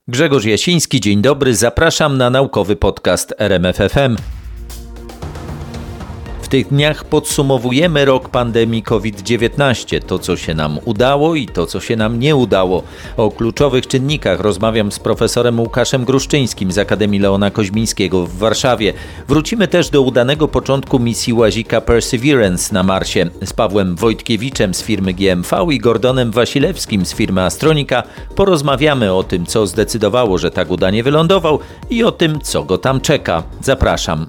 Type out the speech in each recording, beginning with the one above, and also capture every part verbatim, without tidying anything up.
Grzegorz Jasiński, dzień dobry, zapraszam na naukowy podcast R M F F M. W tych dniach podsumowujemy rok pandemii COVID dziewiętnaście, to co się nam udało i to co się nam nie udało. O kluczowych czynnikach rozmawiam z profesorem Łukaszem Gruszczyńskim z Akademii Leona Koźmińskiego w Warszawie. Wrócimy też do udanego początku misji łazika Perseverance na Marsie z Pawłem Wojtkiewiczem z firmy G M V i Gordonem Wasilewskim z firmy Astronika. Porozmawiamy o tym, co zdecydowało, że tak udanie wylądował i o tym, co go tam czeka. Zapraszam.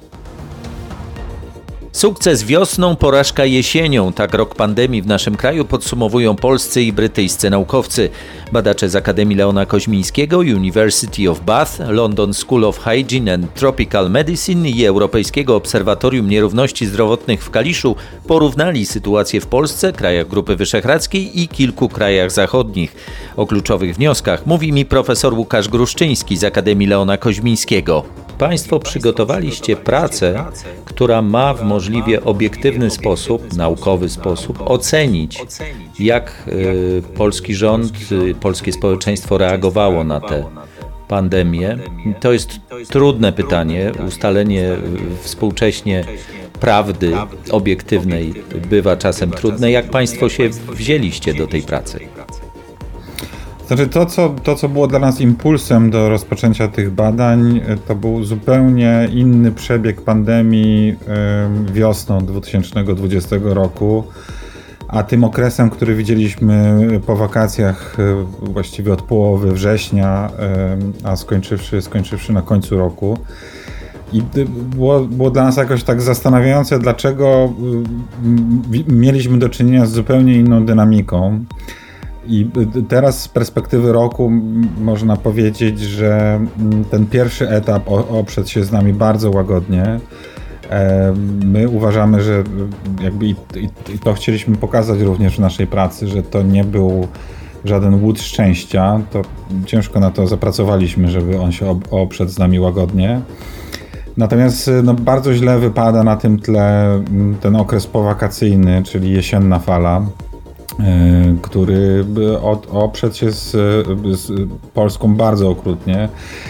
Sukces wiosną, porażka jesienią. Tak rok pandemii w naszym kraju podsumowują polscy i brytyjscy naukowcy. Badacze z Akademii Leona Koźmińskiego, University of Bath, London School of Hygiene and Tropical Medicine i Europejskiego Obserwatorium Nierówności Zdrowotnych w Kaliszu porównali sytuację w Polsce, krajach Grupy Wyszehradzkiej i kilku krajach zachodnich. O kluczowych wnioskach mówi mi profesor Łukasz Gruszczyński z Akademii Leona Koźmińskiego. Państwo przygotowaliście pracę, która ma w możliwie obiektywny sposób, naukowy sposób ocenić, jak y, polski rząd, y, polskie społeczeństwo reagowało na tę pandemię. To jest trudne pytanie, ustalenie współcześnie prawdy obiektywnej bywa czasem trudne. Jak Państwo się wzięliście do tej pracy? Znaczy to co, to, co było dla nas impulsem do rozpoczęcia tych badań, to był zupełnie inny przebieg pandemii wiosną dwa tysiące dwudziestego roku, a tym okresem, który widzieliśmy po wakacjach właściwie od połowy września, a skończywszy, skończywszy na końcu roku. I było, było dla nas jakoś tak zastanawiające, dlaczego mieliśmy do czynienia z zupełnie inną dynamiką. I teraz z perspektywy roku można powiedzieć, że ten pierwszy etap oprzedł się z nami bardzo łagodnie. My uważamy, że jakby i to chcieliśmy pokazać również w naszej pracy, że to nie był żaden łód szczęścia. To ciężko na to zapracowaliśmy, żeby on się oprzedł z nami łagodnie. Natomiast no, bardzo źle wypada na tym tle ten okres powakacyjny, czyli jesienna fala, który od, oprzedł się z, z Polską bardzo okrutnie.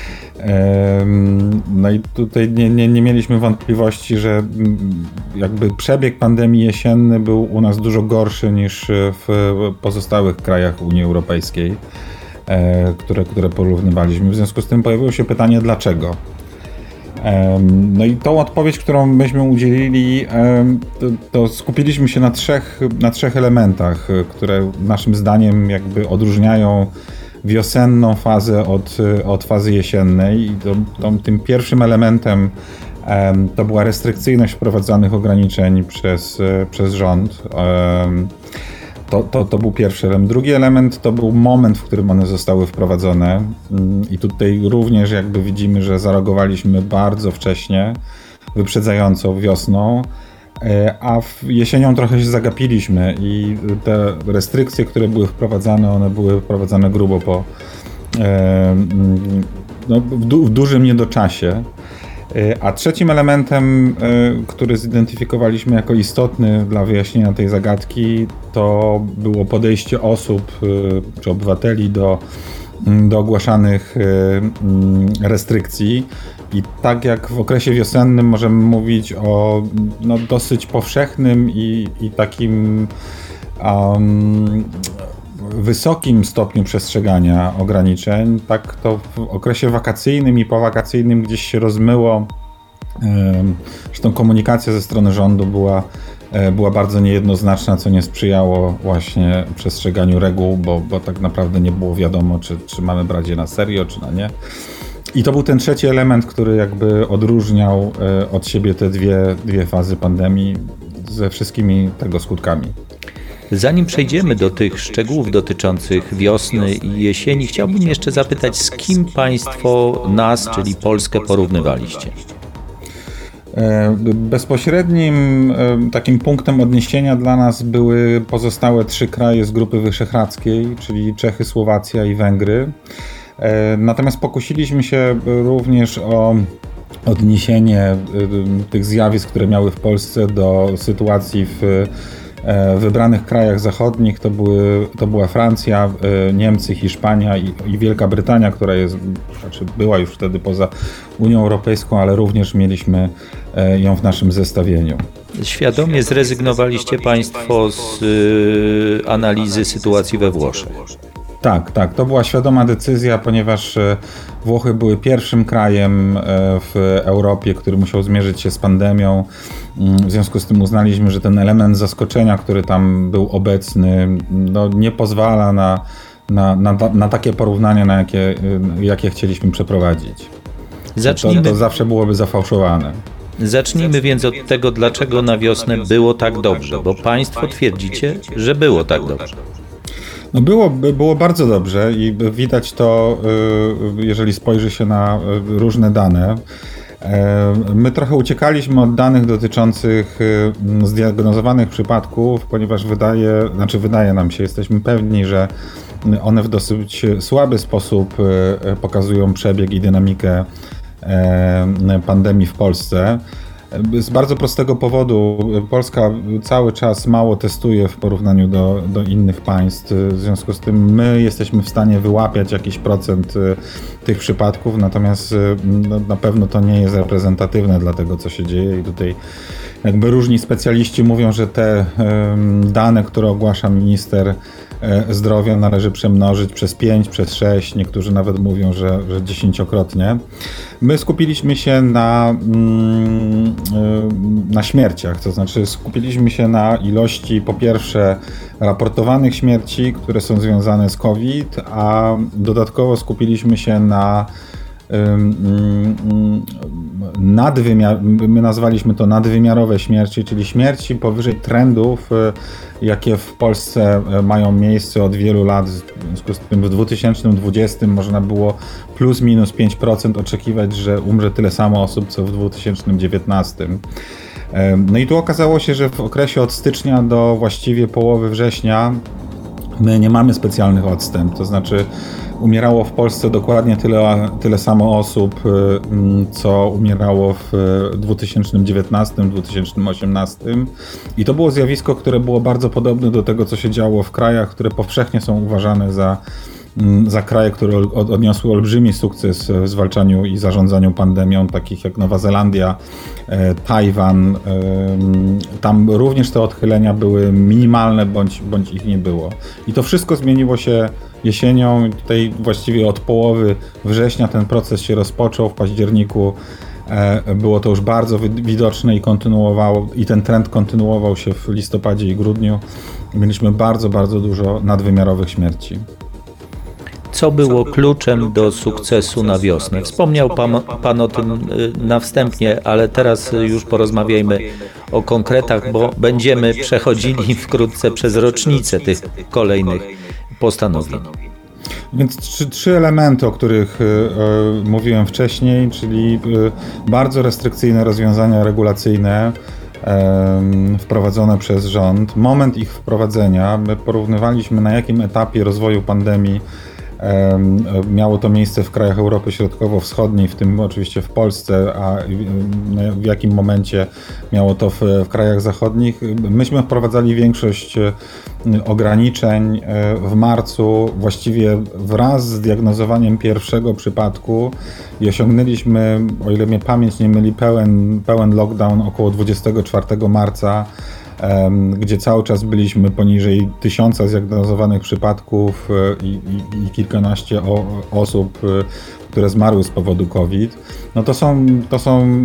No i tutaj nie, nie, nie mieliśmy wątpliwości, że jakby przebieg pandemii jesienny był u nas dużo gorszy niż w pozostałych krajach Unii Europejskiej, które, które porównywaliśmy. W związku z tym pojawiło się pytanie, dlaczego? No i tą odpowiedź, którą myśmy udzielili, to, to skupiliśmy się na trzech, na trzech elementach, które naszym zdaniem jakby odróżniają wiosenną fazę od, od fazy jesiennej. I to, to, tym pierwszym elementem to była restrykcyjność wprowadzanych ograniczeń przez, przez rząd. To, to, to był pierwszy element. Drugi element to był moment, w którym one zostały wprowadzone i tutaj również jakby widzimy, że zareagowaliśmy bardzo wcześnie, wyprzedzająco wiosną, a jesienią trochę się zagapiliśmy i te restrykcje, które były wprowadzane, one były wprowadzane grubo po no, w, du- w dużym niedoczasie. A trzecim elementem, który zidentyfikowaliśmy jako istotny dla wyjaśnienia tej zagadki, to było podejście osób czy obywateli do, do ogłaszanych restrykcji. I tak jak w okresie wiosennym możemy mówić o no, dosyć powszechnym i, i takim um, wysokim stopniu przestrzegania ograniczeń, tak to w okresie wakacyjnym i powakacyjnym gdzieś się rozmyło. Zresztą komunikacja ze strony rządu była, była bardzo niejednoznaczna, co nie sprzyjało właśnie przestrzeganiu reguł, bo, bo tak naprawdę nie było wiadomo, czy, czy mamy brać je na serio, czy na nie. I to był ten trzeci element, który jakby odróżniał od siebie te dwie, dwie fazy pandemii ze wszystkimi tego skutkami. Zanim przejdziemy do tych szczegółów dotyczących wiosny i jesieni, chciałbym jeszcze zapytać, z kim Państwo nas, czyli Polskę, porównywaliście? Bezpośrednim takim punktem odniesienia dla nas były pozostałe trzy kraje z Grupy Wyszehradzkiej, czyli Czechy, Słowacja i Węgry. Natomiast pokusiliśmy się również o odniesienie tych zjawisk, które miały w Polsce do sytuacji w w wybranych krajach zachodnich to, były, to była Francja, Niemcy, Hiszpania i, i Wielka Brytania, która jest, znaczy była już wtedy poza Unią Europejską, ale również mieliśmy ją w naszym zestawieniu. Świadomie zrezygnowaliście Państwo z y, analizy sytuacji we Włoszech. Tak, tak. To była świadoma decyzja, ponieważ Włochy były pierwszym krajem w Europie, który musiał zmierzyć się z pandemią. W związku z tym uznaliśmy, że ten element zaskoczenia, który tam był obecny, no, nie pozwala na, na, na, na takie porównania, na jakie, jakie chcieliśmy przeprowadzić. Zacznijmy. To, to zawsze byłoby zafałszowane. Zacznijmy więc od tego, dlaczego na wiosnę było tak dobrze, bo Państwo twierdzicie, że było tak dobrze. No było, było bardzo dobrze i widać to, jeżeli spojrzy się na różne dane. My trochę uciekaliśmy od danych dotyczących zdiagnozowanych przypadków, ponieważ wydaje, znaczy wydaje nam się, jesteśmy pewni, że one w dosyć słaby sposób pokazują przebieg i dynamikę pandemii w Polsce. Z bardzo prostego powodu Polska cały czas mało testuje w porównaniu do, do innych państw. W związku z tym my jesteśmy w stanie wyłapiać jakiś procent tych przypadków, natomiast no, na pewno to nie jest reprezentatywne dla tego, co się dzieje i tutaj jakby różni specjaliści mówią, że te um, dane, które ogłasza minister zdrowia, należy przemnożyć przez pięć, przez sześć, niektórzy nawet mówią, że, że dziesięciokrotnie. My skupiliśmy się na, na śmierciach, to znaczy skupiliśmy się na ilości po pierwsze raportowanych śmierci, które są związane z COVID, a dodatkowo skupiliśmy się na nadwymiar, my nazwaliśmy to nadwymiarowe śmierci, czyli śmierci powyżej trendów, jakie w Polsce mają miejsce od wielu lat. W związku z tym w dwa tysiące dwudziestym można było plus minus pięć procent oczekiwać, że umrze tyle samo osób, co w dwa tysiące dziewiętnastym. No i tu okazało się, że w okresie od stycznia do właściwie połowy września my nie mamy specjalnych odstęp, to znaczy umierało w Polsce dokładnie tyle, tyle samo osób, co umierało w dwa tysiące dziewiętnastym, dwa tysiące osiemnastym i to było zjawisko, które było bardzo podobne do tego, co się działo w krajach, które powszechnie są uważane za, za kraje, które odniosły olbrzymi sukces w zwalczaniu i zarządzaniu pandemią, takich jak Nowa Zelandia, Tajwan. Tam również te odchylenia były minimalne, bądź, bądź ich nie było. I to wszystko zmieniło się jesienią. Tutaj właściwie od połowy września ten proces się rozpoczął. W październiku było to już bardzo widoczne i kontynuowało, i ten trend kontynuował się w listopadzie i grudniu. Mieliśmy bardzo, bardzo dużo nadwymiarowych śmierci. Co było kluczem do sukcesu na wiosnę? Wspomniał pan, pan o tym na wstępie, ale teraz już porozmawiajmy o konkretach, bo będziemy przechodzili wkrótce przez rocznicę tych kolejnych postanowień. Więc trzy, trzy elementy, o których y, mówiłem wcześniej, czyli y, bardzo restrykcyjne rozwiązania regulacyjne y, wprowadzone przez rząd. Moment ich wprowadzenia, my porównywaliśmy, na jakim etapie rozwoju pandemii miało to miejsce w krajach Europy Środkowo-Wschodniej, w tym oczywiście w Polsce, a w jakim momencie miało to w, w krajach zachodnich. Myśmy wprowadzali większość ograniczeń w marcu, właściwie wraz z diagnozowaniem pierwszego przypadku i osiągnęliśmy, o ile mnie pamięć nie myli, pełen, pełen lockdown około dwudziestego czwartego marca, gdzie cały czas byliśmy poniżej tysiąca zdiagnozowanych przypadków i, i, i kilkanaście o, osób, które zmarły z powodu COVID. No to są, to są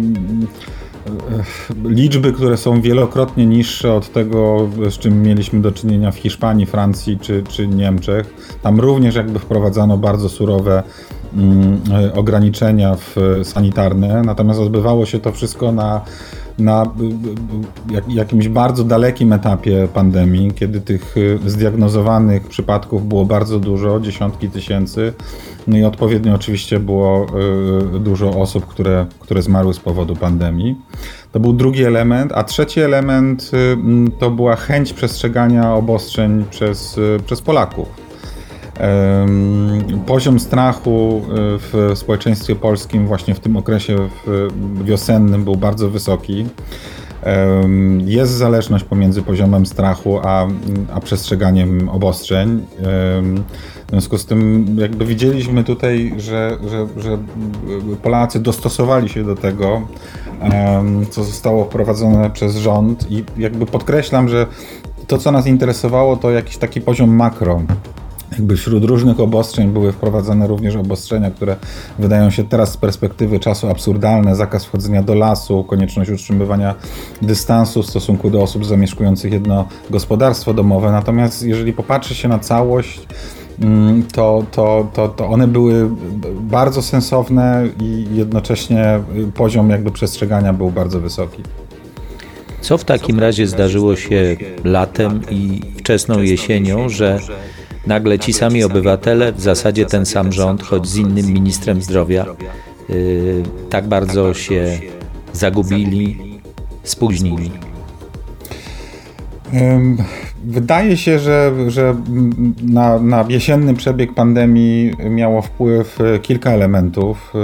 liczby, które są wielokrotnie niższe od tego, z czym mieliśmy do czynienia w Hiszpanii, Francji czy, czy Niemczech. Tam również jakby wprowadzano bardzo surowe mm, ograniczenia w, sanitarne, natomiast odbywało się to wszystko na na jak, jakimś bardzo dalekim etapie pandemii, kiedy tych zdiagnozowanych przypadków było bardzo dużo, dziesiątki tysięcy, no i odpowiednio oczywiście było y, dużo osób, które, które zmarły z powodu pandemii. To był drugi element, a trzeci element y, to była chęć przestrzegania obostrzeń przez, y, przez Polaków. Poziom strachu w społeczeństwie polskim właśnie w tym okresie wiosennym był bardzo wysoki. Jest zależność pomiędzy poziomem strachu a, a przestrzeganiem obostrzeń. W związku z tym jakby widzieliśmy tutaj, że, że, że Polacy dostosowali się do tego, co zostało wprowadzone przez rząd i jakby podkreślam, że to, co nas interesowało, to jakiś taki poziom makro. Jakby wśród różnych obostrzeń były wprowadzane również obostrzenia, które wydają się teraz z perspektywy czasu absurdalne. Zakaz wchodzenia do lasu, konieczność utrzymywania dystansu w stosunku do osób zamieszkujących jedno gospodarstwo domowe. Natomiast jeżeli popatrzy się na całość, to, to, to, to one były bardzo sensowne i jednocześnie poziom jakby przestrzegania był bardzo wysoki. Co w takim razie zdarzyło się latem i wczesną jesienią, że nagle ci sami obywatele, w zasadzie ten sam rząd, choć z innym ministrem zdrowia, yy, tak bardzo się zagubili, spóźnili? Wydaje się, że, że na, na jesienny przebieg pandemii miało wpływ kilka elementów.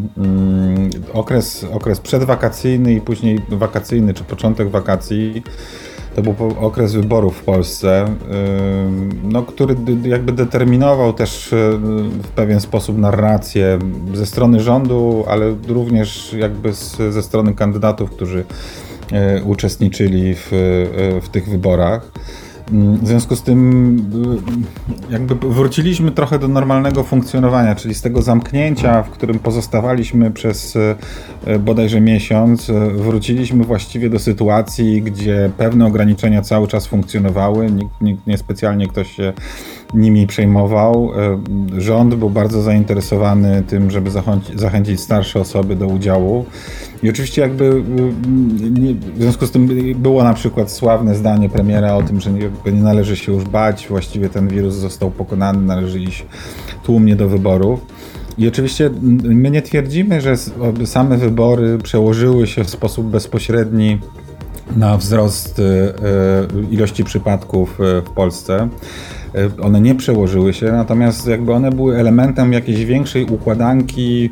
Okres, okres przedwakacyjny i później wakacyjny, czy początek wakacji. To był okres wyborów w Polsce, no, który jakby determinował też w pewien sposób narrację ze strony rządu, ale również jakby z, ze strony kandydatów, którzy uczestniczyli w, w tych wyborach. W związku z tym jakby wróciliśmy trochę do normalnego funkcjonowania, czyli z tego zamknięcia, w którym pozostawaliśmy przez bodajże miesiąc, wróciliśmy właściwie do sytuacji, gdzie pewne ograniczenia cały czas funkcjonowały, nikt, nikt niespecjalnie ktoś się nimi przejmował. Rząd był bardzo zainteresowany tym, żeby zachęcić starsze osoby do udziału. I oczywiście jakby w związku z tym było na przykład sławne zdanie premiera o tym, że nie, nie należy się już bać, właściwie ten wirus został pokonany, należy iść tłumnie do wyborów. I oczywiście my nie twierdzimy, że same wybory przełożyły się w sposób bezpośredni na wzrost ilości przypadków w Polsce. One nie przełożyły się, natomiast jakby one były elementem jakiejś większej układanki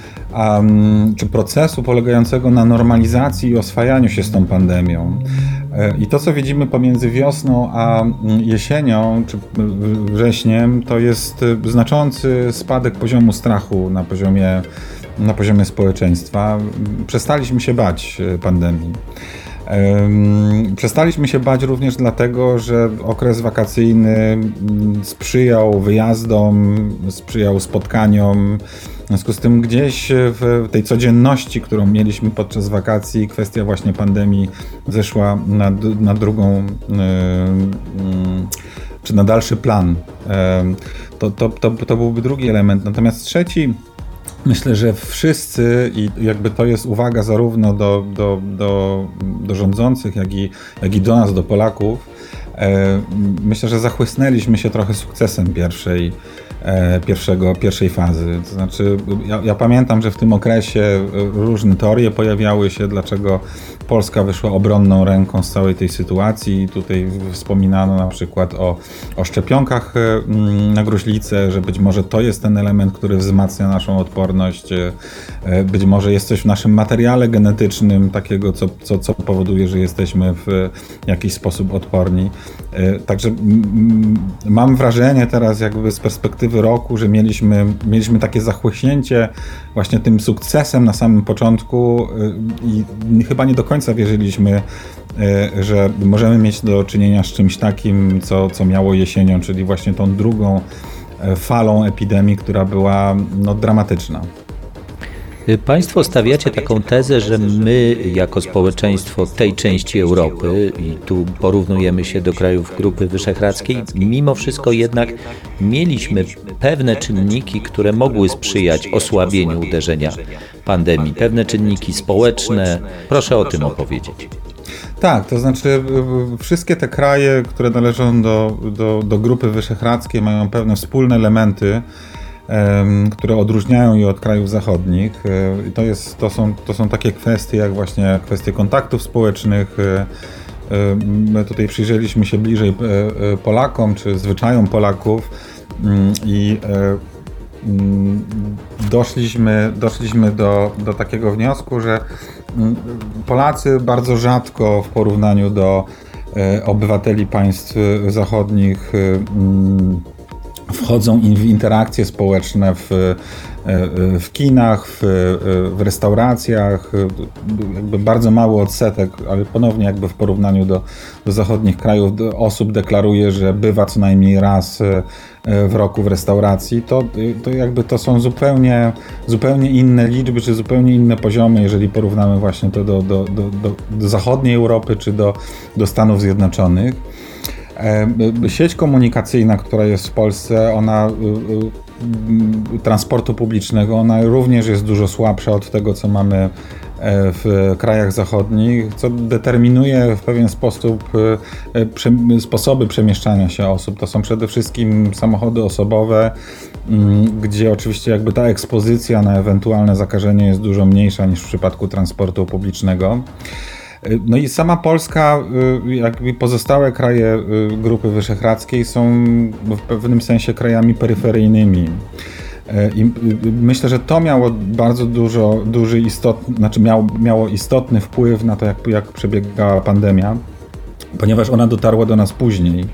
um, czy procesu polegającego na normalizacji i oswajaniu się z tą pandemią. I to, co widzimy pomiędzy wiosną a jesienią, czy wrześniem, to jest znaczący spadek poziomu strachu na poziomie, na poziomie społeczeństwa. Przestaliśmy się bać pandemii. Przestaliśmy się bać również dlatego, że okres wakacyjny sprzyjał wyjazdom, sprzyjał spotkaniom. W związku z tym gdzieś w tej codzienności, którą mieliśmy podczas wakacji, kwestia właśnie pandemii zeszła na, na drugą, czy na dalszy plan. To, to, to, to byłby drugi element. Natomiast trzeci, myślę, że wszyscy, i jakby to jest uwaga zarówno do, do, do, do rządzących, jak i, jak i do nas, do Polaków, e, myślę, że zachłysnęliśmy się trochę sukcesem pierwszej, e, pierwszego, pierwszej fazy. To znaczy, ja, ja pamiętam, że w tym okresie różne teorie pojawiały się, dlaczego Polska wyszła obronną ręką z całej tej sytuacji. Tutaj wspominano na przykład o, o szczepionkach na gruźlicę, że być może to jest ten element, który wzmacnia naszą odporność. Być może jest coś w naszym materiale genetycznym takiego, co, co, co powoduje, że jesteśmy w jakiś sposób odporni. Także mam wrażenie teraz jakby z perspektywy roku, że mieliśmy, mieliśmy takie zachłyśnięcie właśnie tym sukcesem na samym początku i chyba nie do końca wierzyliśmy, że możemy mieć do czynienia z czymś takim, co, co miało jesienią, czyli właśnie tą drugą falą epidemii, która była no, dramatyczna. Państwo stawiacie taką tezę, że my jako społeczeństwo tej części Europy, i tu porównujemy się do krajów Grupy Wyszehradzkiej, mimo wszystko jednak mieliśmy pewne czynniki, które mogły sprzyjać osłabieniu uderzenia pandemii, pewne czynniki społeczne. Proszę o tym opowiedzieć. Tak, to znaczy wszystkie te kraje, które należą do, do, do Grupy Wyszehradzkiej, mają pewne wspólne elementy, które odróżniają je od krajów zachodnich. I to, jest, to, są, to są takie kwestie jak właśnie kwestie kontaktów społecznych. My tutaj przyjrzeliśmy się bliżej Polakom czy zwyczajom Polaków i doszliśmy, doszliśmy do, do takiego wniosku, że Polacy bardzo rzadko w porównaniu do obywateli państw zachodnich wchodzą w interakcje społeczne w, w kinach, w, w restauracjach, jakby bardzo mały odsetek, ale ponownie jakby w porównaniu do, do zachodnich krajów osób deklaruje, że bywa co najmniej raz w roku w restauracji, to, to jakby to są zupełnie, zupełnie inne liczby, czy zupełnie inne poziomy, jeżeli porównamy właśnie to do, do, do, do, do zachodniej Europy, czy do, do Stanów Zjednoczonych. Sieć komunikacyjna, która jest w Polsce, ona transportu publicznego, ona również jest dużo słabsza od tego, co mamy w krajach zachodnich, co determinuje w pewien sposób sposoby przemieszczania się osób. To są przede wszystkim samochody osobowe, gdzie oczywiście jakby ta ekspozycja na ewentualne zakażenie jest dużo mniejsza niż w przypadku transportu publicznego. No i sama Polska, jak i pozostałe kraje Grupy Wyszehradzkiej są w pewnym sensie krajami peryferyjnymi. I myślę, że to miało bardzo dużo, duży istotny, znaczy miało, miało istotny wpływ na to, jak, jak przebiegała pandemia, ponieważ ona dotarła do nas później.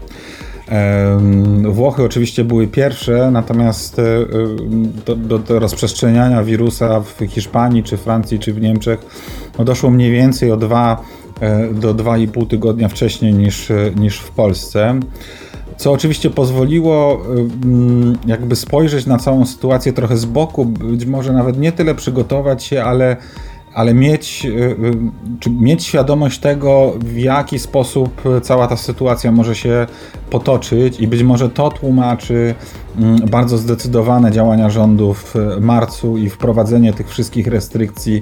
Włochy oczywiście były pierwsze, natomiast do, do, do rozprzestrzeniania wirusa w Hiszpanii, czy Francji, czy w Niemczech no doszło mniej więcej o dwa do dwa i pół tygodnia wcześniej niż, niż w Polsce. Co oczywiście pozwoliło jakby spojrzeć na całą sytuację trochę z boku, być może nawet nie tyle przygotować się, ale ale mieć, czy mieć świadomość tego, w jaki sposób cała ta sytuacja może się potoczyć i być może to tłumaczy bardzo zdecydowane działania rządu w marcu i wprowadzenie tych wszystkich restrykcji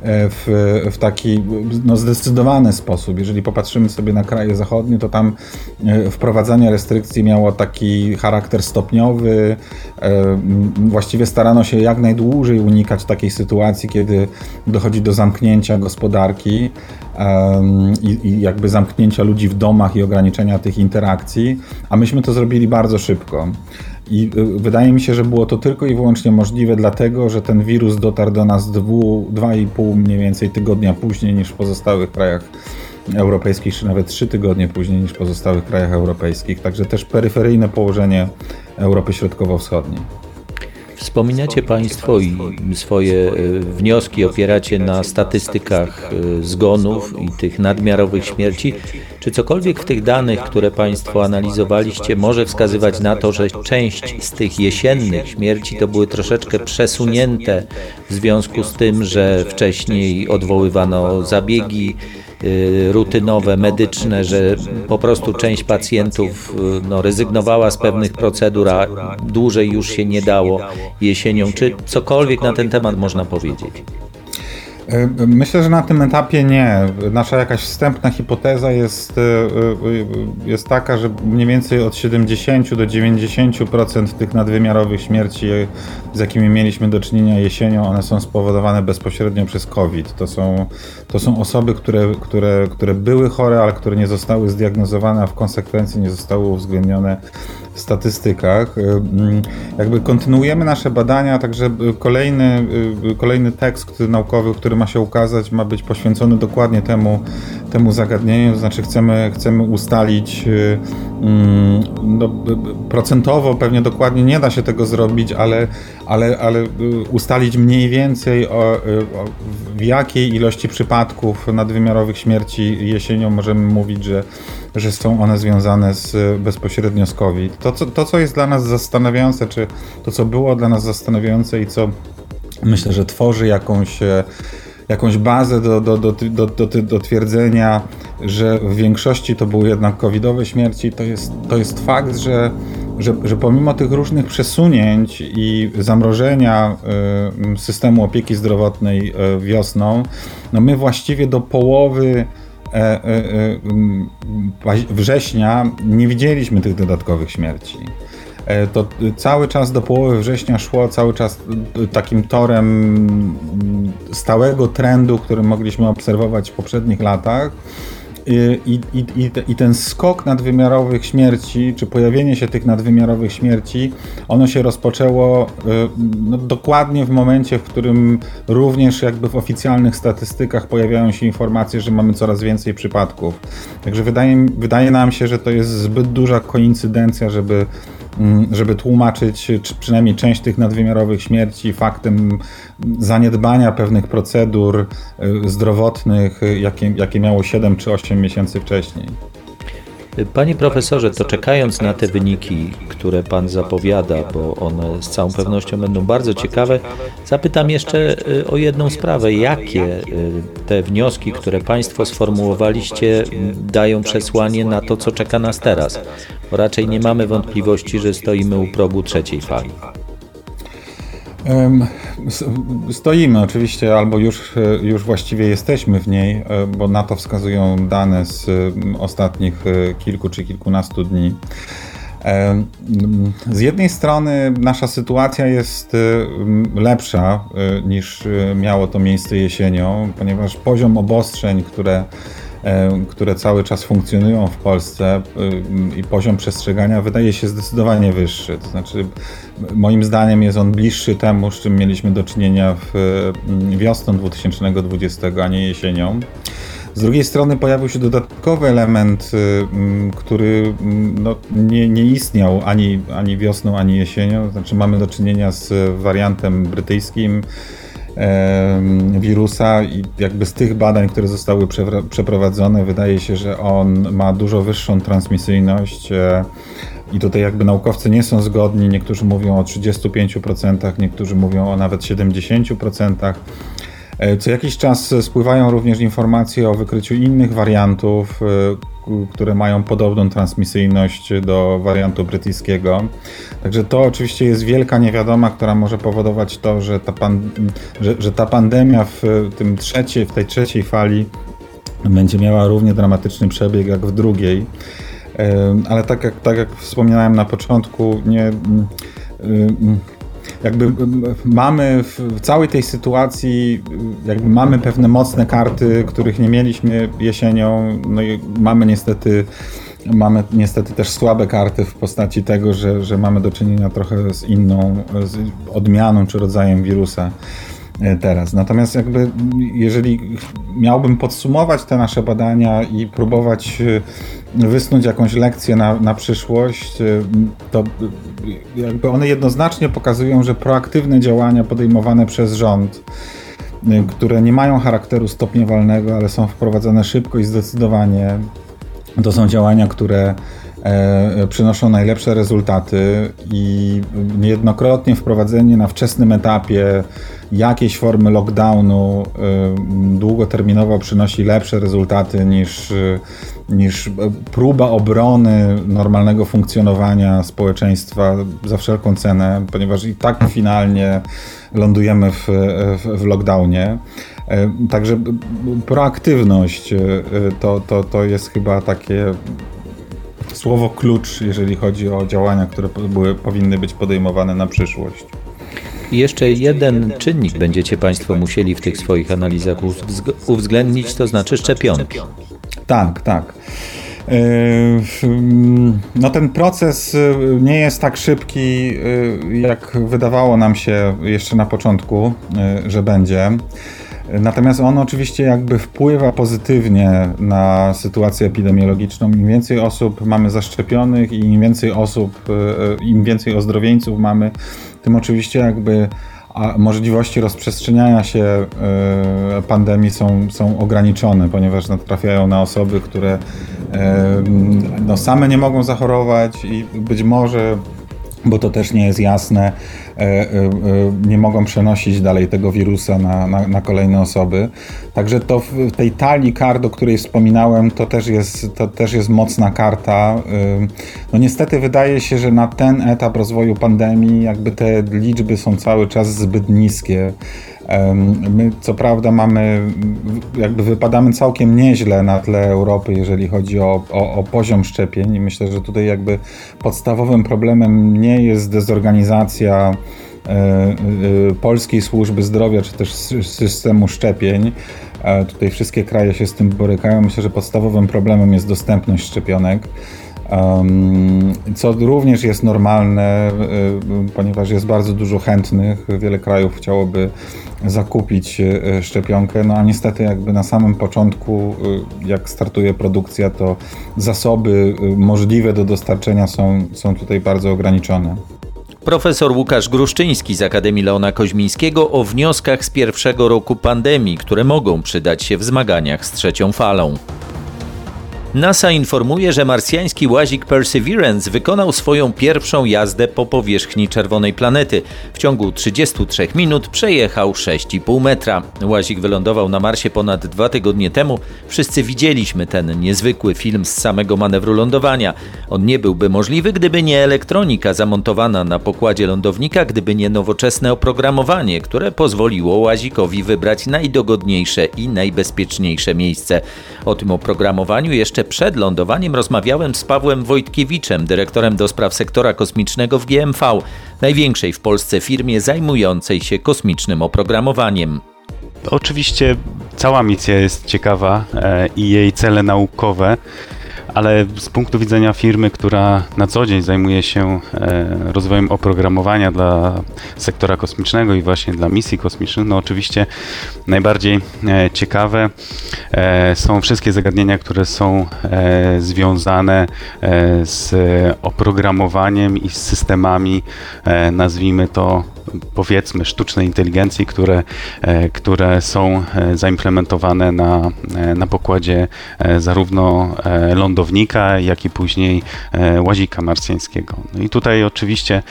w, w taki no, zdecydowany sposób. Jeżeli popatrzymy sobie na kraje zachodnie, to tam wprowadzanie restrykcji miało taki charakter stopniowy. Właściwie starano się jak najdłużej unikać takiej sytuacji, kiedy dochodzi do zamknięcia gospodarki i, i jakby zamknięcia ludzi w domach i ograniczenia tych interakcji, a myśmy to zrobili bardzo szybko. I wydaje mi się, że było to tylko i wyłącznie możliwe dlatego, że ten wirus dotarł do nas dwu, dwa i pół mniej więcej tygodnia później niż w pozostałych krajach europejskich, czy nawet trzy tygodnie później niż w pozostałych krajach europejskich. Także też peryferyjne położenie Europy Środkowo-Wschodniej. Wspominacie Państwo i swoje wnioski opieracie na statystykach zgonów i tych nadmiarowych śmierci. Czy cokolwiek w tych danych, które Państwo analizowaliście, może wskazywać na to, że część z tych jesiennych śmierci to były troszeczkę przesunięte w związku z tym, że wcześniej odwoływano zabiegi rutynowe, medyczne, że po prostu część pacjentów no, rezygnowała z pewnych procedur, a dłużej już się nie dało jesienią. Czy cokolwiek na ten temat można powiedzieć? Myślę, że na tym etapie nie. Nasza jakaś wstępna hipoteza jest, jest taka, że mniej więcej od siedemdziesiąt do dziewięćdziesiąt procent tych nadwymiarowych śmierci, z jakimi mieliśmy do czynienia jesienią, one są spowodowane bezpośrednio przez COVID. To są, to są osoby, które, które, które były chore, ale które nie zostały zdiagnozowane, a w konsekwencji nie zostały uwzględnione w statystykach. Jakby kontynuujemy nasze badania, także kolejny, kolejny tekst naukowy, który ma się ukazać, ma być poświęcony dokładnie temu, temu zagadnieniu, to znaczy chcemy, chcemy ustalić no, procentowo, pewnie dokładnie nie da się tego zrobić, ale, ale, ale ustalić mniej więcej o, o, w jakiej ilości przypadków nadwymiarowych śmierci jesienią możemy mówić, że, że są one związane z, bezpośrednio z COVID. To co, to, co jest dla nas zastanawiające, czy to, co było dla nas zastanawiające i co myślę, że tworzy jakąś jakąś bazę do, do, do, do, do, do twierdzenia, że w większości to były jednak covidowe śmierci, to jest, to jest fakt, że, że, że pomimo tych różnych przesunięć i zamrożenia y, systemu opieki zdrowotnej y, wiosną, no my właściwie do połowy września nie widzieliśmy tych dodatkowych śmierci. To cały czas do połowy września szło cały czas takim torem stałego trendu, który mogliśmy obserwować w poprzednich latach, I, i, i, I ten skok nadwymiarowych śmierci, czy pojawienie się tych nadwymiarowych śmierci, ono się rozpoczęło no, dokładnie w momencie, w którym również jakby w oficjalnych statystykach pojawiają się informacje, że mamy coraz więcej przypadków. Także wydaje, wydaje nam się, że to jest zbyt duża koincydencja, żeby żeby tłumaczyć czy przynajmniej część tych nadwymiarowych śmierci faktem zaniedbania pewnych procedur zdrowotnych, jakie, jakie miało siedem czy osiem miesięcy wcześniej. Panie profesorze, to czekając na te wyniki, które pan zapowiada, bo one z całą pewnością będą bardzo ciekawe, zapytam jeszcze o jedną sprawę. Jakie te wnioski, które państwo sformułowaliście, dają przesłanie na to, co czeka nas teraz? Bo raczej nie mamy wątpliwości, że stoimy u progu trzeciej fali. Stoimy oczywiście, albo już, już właściwie jesteśmy w niej, bo na to wskazują dane z ostatnich kilku czy kilkunastu dni. Z jednej strony nasza sytuacja jest lepsza niż miało to miejsce jesienią, ponieważ poziom obostrzeń, które które cały czas funkcjonują w Polsce i poziom przestrzegania wydaje się zdecydowanie wyższy. To znaczy, moim zdaniem jest on bliższy temu, z czym mieliśmy do czynienia w wiosną dwa tysiące dwudziestego, a nie jesienią. Z drugiej strony pojawił się dodatkowy element, który no, nie, nie istniał ani, ani wiosną, ani jesienią. To znaczy, mamy do czynienia z wariantem brytyjskim wirusa i jakby z tych badań, które zostały przeprowadzone, wydaje się, że on ma dużo wyższą transmisyjność i tutaj jakby naukowcy nie są zgodni. Niektórzy mówią o trzydziestu pięciu procentach, niektórzy mówią o nawet siedemdziesięciu procentach. Co jakiś czas spływają również informacje o wykryciu innych wariantów, które mają podobną transmisyjność do wariantu brytyjskiego. Także to oczywiście jest wielka niewiadoma, która może powodować to, że ta, pan, że, że ta pandemia w, tym trzeciej, w tej trzeciej fali będzie miała równie dramatyczny przebieg jak w drugiej. Ale tak jak, tak jak wspomniałem na początku, nie... Jakby mamy w całej tej sytuacji, jakby mamy pewne mocne karty, których nie mieliśmy jesienią, no i mamy niestety, mamy niestety też słabe karty w postaci tego, że, że mamy do czynienia trochę z inną, z odmianą czy rodzajem wirusa teraz. Natomiast jakby jeżeli miałbym podsumować te nasze badania i próbować wysnuć jakąś lekcję na, na przyszłość, to jakby one jednoznacznie pokazują, że proaktywne działania podejmowane przez rząd, które nie mają charakteru stopniowalnego, ale są wprowadzane szybko i zdecydowanie, to są działania, które e, przynoszą najlepsze rezultaty i niejednokrotnie wprowadzenie na wczesnym etapie jakiejś formy lockdownu y, długoterminowo przynosi lepsze rezultaty niż, y, niż próba obrony normalnego funkcjonowania społeczeństwa za wszelką cenę, ponieważ i tak finalnie lądujemy w, w, w lockdownie. Y, także proaktywność y, to, to, to jest chyba takie słowo klucz, jeżeli chodzi o działania, które były, powinny być podejmowane na przyszłość. I jeszcze jeden czynnik będziecie państwo musieli w tych swoich analizach uwzględnić, to znaczy szczepionki. Tak, tak. No ten proces nie jest tak szybki, jak wydawało nam się jeszcze na początku, że będzie. Natomiast on oczywiście jakby wpływa pozytywnie na sytuację epidemiologiczną. Im więcej osób mamy zaszczepionych i im więcej osób, im więcej ozdrowieńców mamy, tym oczywiście jakby możliwości rozprzestrzeniania się pandemii są, są ograniczone, ponieważ trafiają na osoby, które no, same nie mogą zachorować i być może, bo to też nie jest jasne, nie mogą przenosić dalej tego wirusa na, na, na kolejne osoby. Także to w tej talii kart, o której wspominałem, to też jest, to też jest mocna karta. No niestety wydaje się, że na ten etap rozwoju pandemii jakby te liczby są cały czas zbyt niskie. My co prawda mamy, jakby wypadamy całkiem nieźle na tle Europy, jeżeli chodzi o, o, o poziom szczepień i myślę, że tutaj jakby podstawowym problemem nie jest dezorganizacja polskiej służby zdrowia, czy też systemu szczepień. Tutaj wszystkie kraje się z tym borykają. Myślę, że podstawowym problemem jest dostępność szczepionek. Co również jest normalne, ponieważ jest bardzo dużo chętnych. Wiele krajów chciałoby zakupić szczepionkę, no a niestety jakby na samym początku, jak startuje produkcja, to zasoby możliwe do dostarczenia są, są tutaj bardzo ograniczone. Profesor Łukasz Gruszczyński z Akademii Leona Koźmińskiego o wnioskach z pierwszego roku pandemii, które mogą przydać się w zmaganiach z trzecią falą. NASA informuje, że marsjański łazik Perseverance wykonał swoją pierwszą jazdę po powierzchni czerwonej planety. W ciągu trzydziestu trzech minut przejechał sześć i pół metra. Łazik wylądował na Marsie ponad dwa tygodnie temu. Wszyscy widzieliśmy ten niezwykły film z samego manewru lądowania. On nie byłby możliwy, gdyby nie elektronika zamontowana na pokładzie lądownika, gdyby nie nowoczesne oprogramowanie, które pozwoliło łazikowi wybrać najdogodniejsze i najbezpieczniejsze miejsce. O tym oprogramowaniu jeszcze przed lądowaniem rozmawiałem z Pawłem Wojtkiewiczem, dyrektorem do spraw sektora kosmicznego w G M V, największej w Polsce firmie zajmującej się kosmicznym oprogramowaniem. Oczywiście cała misja jest ciekawa e, i jej cele naukowe, ale z punktu widzenia firmy, która na co dzień zajmuje się e, rozwojem oprogramowania dla sektora kosmicznego i właśnie dla misji kosmicznych, no oczywiście najbardziej e, ciekawe e, są wszystkie zagadnienia, które są e, związane e, z oprogramowaniem i z systemami, e, nazwijmy to powiedzmy sztucznej inteligencji, które, e, które są e, zaimplementowane na, e, na pokładzie e, zarówno e, lądownika, jak i później e, łazika marsjańskiego. No i tutaj oczywiście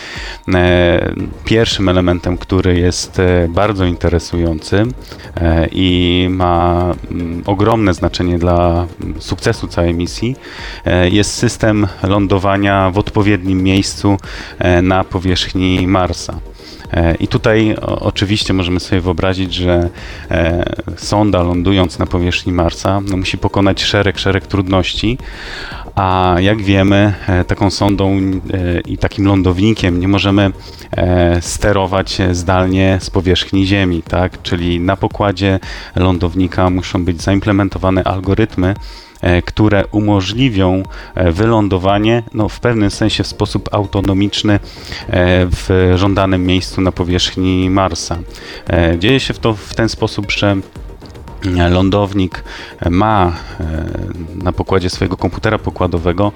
e, pierwszym elementem, który jest e, bardzo interesujący e, i ma m, ogromne znaczenie dla sukcesu całej misji, e, jest system lądowania w odpowiednim miejscu e, na powierzchni Marsa. I tutaj o, oczywiście możemy sobie wyobrazić, że e, sonda lądując na powierzchni Marsa no, musi pokonać szereg, szereg trudności, a jak wiemy e, taką sondą e, i takim lądownikiem nie możemy e, sterować zdalnie z powierzchni Ziemi, tak? Czyli na pokładzie lądownika muszą być zaimplementowane algorytmy, które umożliwią wylądowanie no, w pewnym sensie w sposób autonomiczny w żądanym miejscu na powierzchni Marsa. Dzieje się to w ten sposób, że lądownik ma na pokładzie swojego komputera pokładowego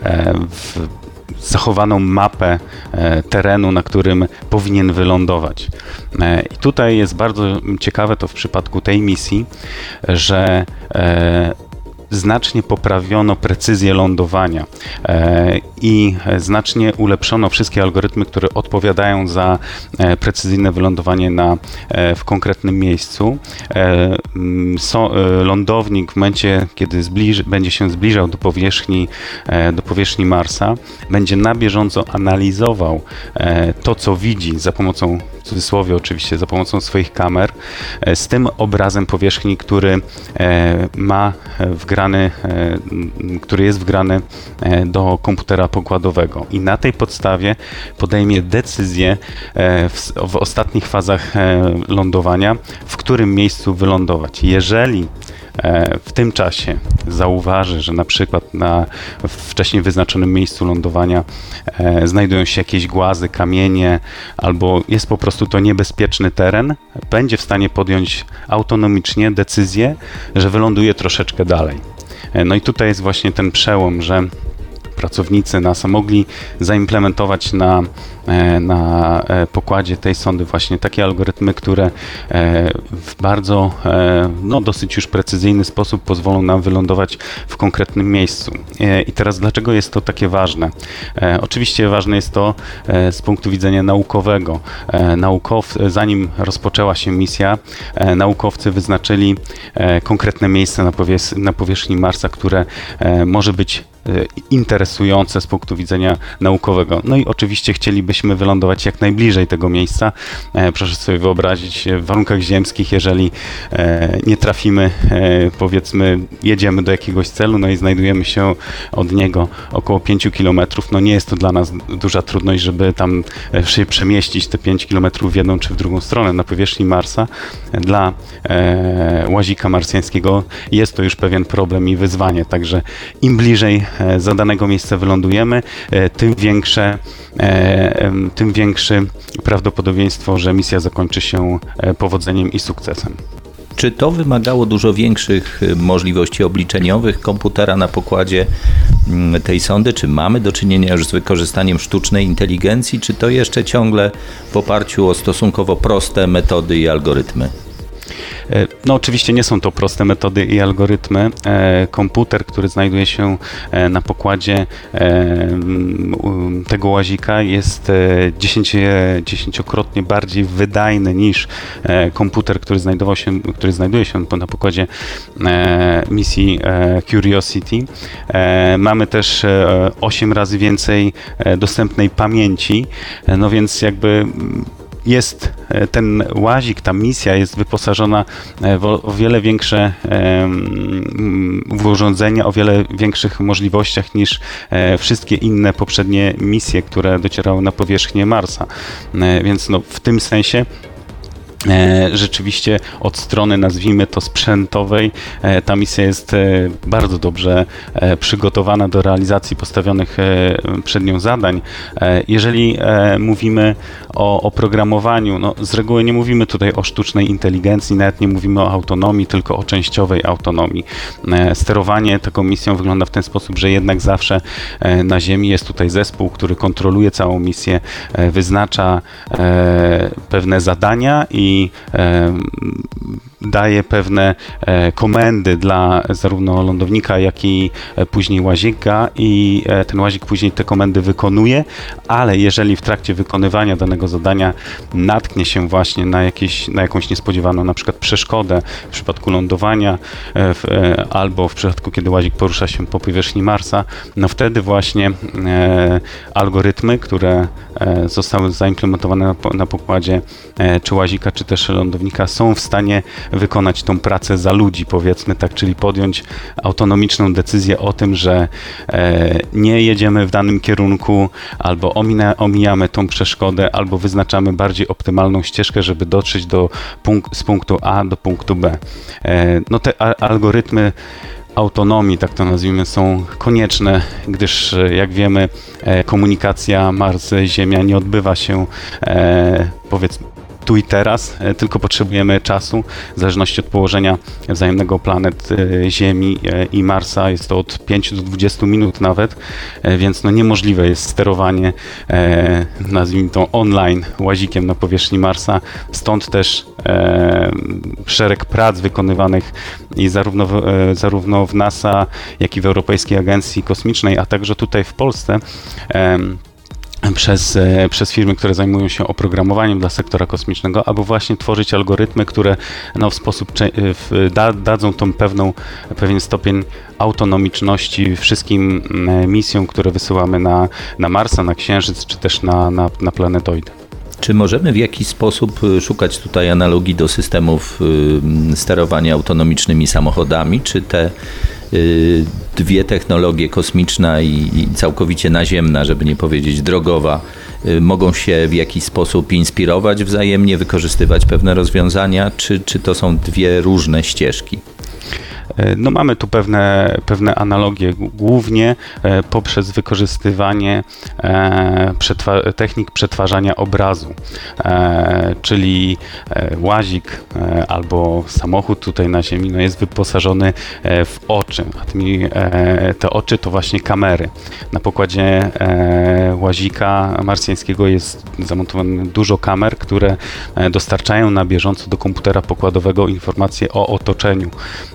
w zachowaną mapę terenu, na którym powinien wylądować. I tutaj jest bardzo ciekawe to w przypadku tej misji, że znacznie poprawiono precyzję lądowania e, i znacznie ulepszono wszystkie algorytmy, które odpowiadają za e, precyzyjne wylądowanie na, e, w konkretnym miejscu. E, so, e, lądownik w momencie, kiedy zbliż, będzie się zbliżał do powierzchni, e, do powierzchni Marsa, będzie na bieżąco analizował e, to, co widzi za pomocą, w cudzysłowie oczywiście, za pomocą swoich kamer, e, z tym obrazem powierzchni, który e, ma wgrany który jest wgrany do komputera pokładowego i na tej podstawie podejmie decyzję w, w ostatnich fazach lądowania, w którym miejscu wylądować. Jeżeli w tym czasie zauważy, że na przykład na wcześniej wyznaczonym miejscu lądowania znajdują się jakieś głazy, kamienie albo jest po prostu to niebezpieczny teren, będzie w stanie podjąć autonomicznie decyzję, że wyląduje troszeczkę dalej. No i tutaj jest właśnie ten przełom, że pracownicy NASA mogli zaimplementować na, na pokładzie tej sondy właśnie takie algorytmy, które w bardzo, no dosyć już precyzyjny sposób pozwolą nam wylądować w konkretnym miejscu. I teraz dlaczego jest to takie ważne? Oczywiście ważne jest to z punktu widzenia naukowego. Naukow, zanim rozpoczęła się misja, naukowcy wyznaczyli konkretne miejsce na, powierzchni, na powierzchni Marsa, które może być interesujące z punktu widzenia naukowego. No i oczywiście chcielibyśmy wylądować jak najbliżej tego miejsca. Proszę sobie wyobrazić, w warunkach ziemskich, jeżeli nie trafimy, powiedzmy, jedziemy do jakiegoś celu, no i znajdujemy się od niego około pięciu kilometrów, no nie jest to dla nas duża trudność, żeby tam się przemieścić te pięć kilometrów w jedną czy w drugą stronę na powierzchni Marsa. Dla e, łazika marsjańskiego jest to już pewien problem i wyzwanie, także im bliżej e, zadanego miejsca wylądujemy, e, tym większe, e, tym większe prawdopodobieństwo, że misja zakończy się e, powodzeniem i sukcesem. Czy to wymagało dużo większych możliwości obliczeniowych komputera na pokładzie tej sondy? Czy mamy do czynienia już z wykorzystaniem sztucznej inteligencji? Czy to jeszcze ciągle w oparciu o stosunkowo proste metody i algorytmy? No oczywiście nie są to proste metody i algorytmy. Komputer, który znajduje się na pokładzie tego łazika, jest dziesięciokrotnie bardziej wydajny niż komputer, który znajdował się, który znajduje się na pokładzie misji Curiosity. Mamy też osiem razy więcej dostępnej pamięci, no więc jakby jest ten łazik, ta misja jest wyposażona w o wiele większe w urządzenia, o wiele większych możliwościach niż wszystkie inne poprzednie misje, które docierały na powierzchnię Marsa. Więc no, w tym sensie rzeczywiście od strony, nazwijmy to, sprzętowej, ta misja jest bardzo dobrze przygotowana do realizacji postawionych przed nią zadań. Jeżeli mówimy o oprogramowaniu, no z reguły nie mówimy tutaj o sztucznej inteligencji, nawet nie mówimy o autonomii, tylko o częściowej autonomii. Sterowanie taką misją wygląda w ten sposób, że jednak zawsze na Ziemi jest tutaj zespół, który kontroluje całą misję, wyznacza pewne zadania i i e, daje pewne e, komendy dla zarówno lądownika, jak i e, później łazika i e, ten łazik później te komendy wykonuje, ale jeżeli w trakcie wykonywania danego zadania natknie się właśnie na, jakieś, na jakąś niespodziewaną na przykład przeszkodę w przypadku lądowania e, w, e, albo w przypadku, kiedy łazik porusza się po powierzchni Marsa, no wtedy właśnie e, algorytmy, które e, zostały zaimplementowane na, na pokładzie e, czy łazika, czy też lądownika, są w stanie wykonać tą pracę za ludzi, powiedzmy tak, czyli podjąć autonomiczną decyzję o tym, że e, nie jedziemy w danym kierunku, albo omina, omijamy tą przeszkodę, albo wyznaczamy bardziej optymalną ścieżkę, żeby dotrzeć do punk- z punktu A do punktu B. E, no te a- algorytmy autonomii, tak to nazwijmy, są konieczne, gdyż jak wiemy, e, komunikacja Mars-Ziemia nie odbywa się e, powiedzmy tu i teraz, tylko potrzebujemy czasu, w zależności od położenia wzajemnego planet Ziemi i Marsa, jest to od pięciu do dwudziestu minut nawet, więc no niemożliwe jest sterowanie, nazwijmy to online, łazikiem na powierzchni Marsa, stąd też szereg prac wykonywanych i zarówno w, zarówno w NASA, jak i w Europejskiej Agencji Kosmicznej, a także tutaj w Polsce, Przez, przez firmy, które zajmują się oprogramowaniem dla sektora kosmicznego, aby właśnie tworzyć algorytmy, które no, w sposób w, da, dadzą tą pewną, pewien stopień autonomiczności wszystkim misjom, które wysyłamy na, na Marsa, na Księżyc, czy też na, na, na planetoidy. Czy możemy w jakiś sposób szukać tutaj analogii do systemów sterowania autonomicznymi samochodami? Czy te dwie technologie, kosmiczna i, i całkowicie naziemna, żeby nie powiedzieć drogowa, mogą się w jakiś sposób inspirować wzajemnie, wykorzystywać pewne rozwiązania, czy, czy to są dwie różne ścieżki? No mamy tu pewne, pewne analogie, głównie poprzez wykorzystywanie przetwa- technik przetwarzania obrazu, czyli łazik albo samochód tutaj na Ziemi no jest wyposażony w oczy, a tymi, te oczy to właśnie kamery. Na pokładzie łazika marsjańskiego jest zamontowane dużo kamer, które dostarczają na bieżąco do komputera pokładowego informacje o otoczeniu.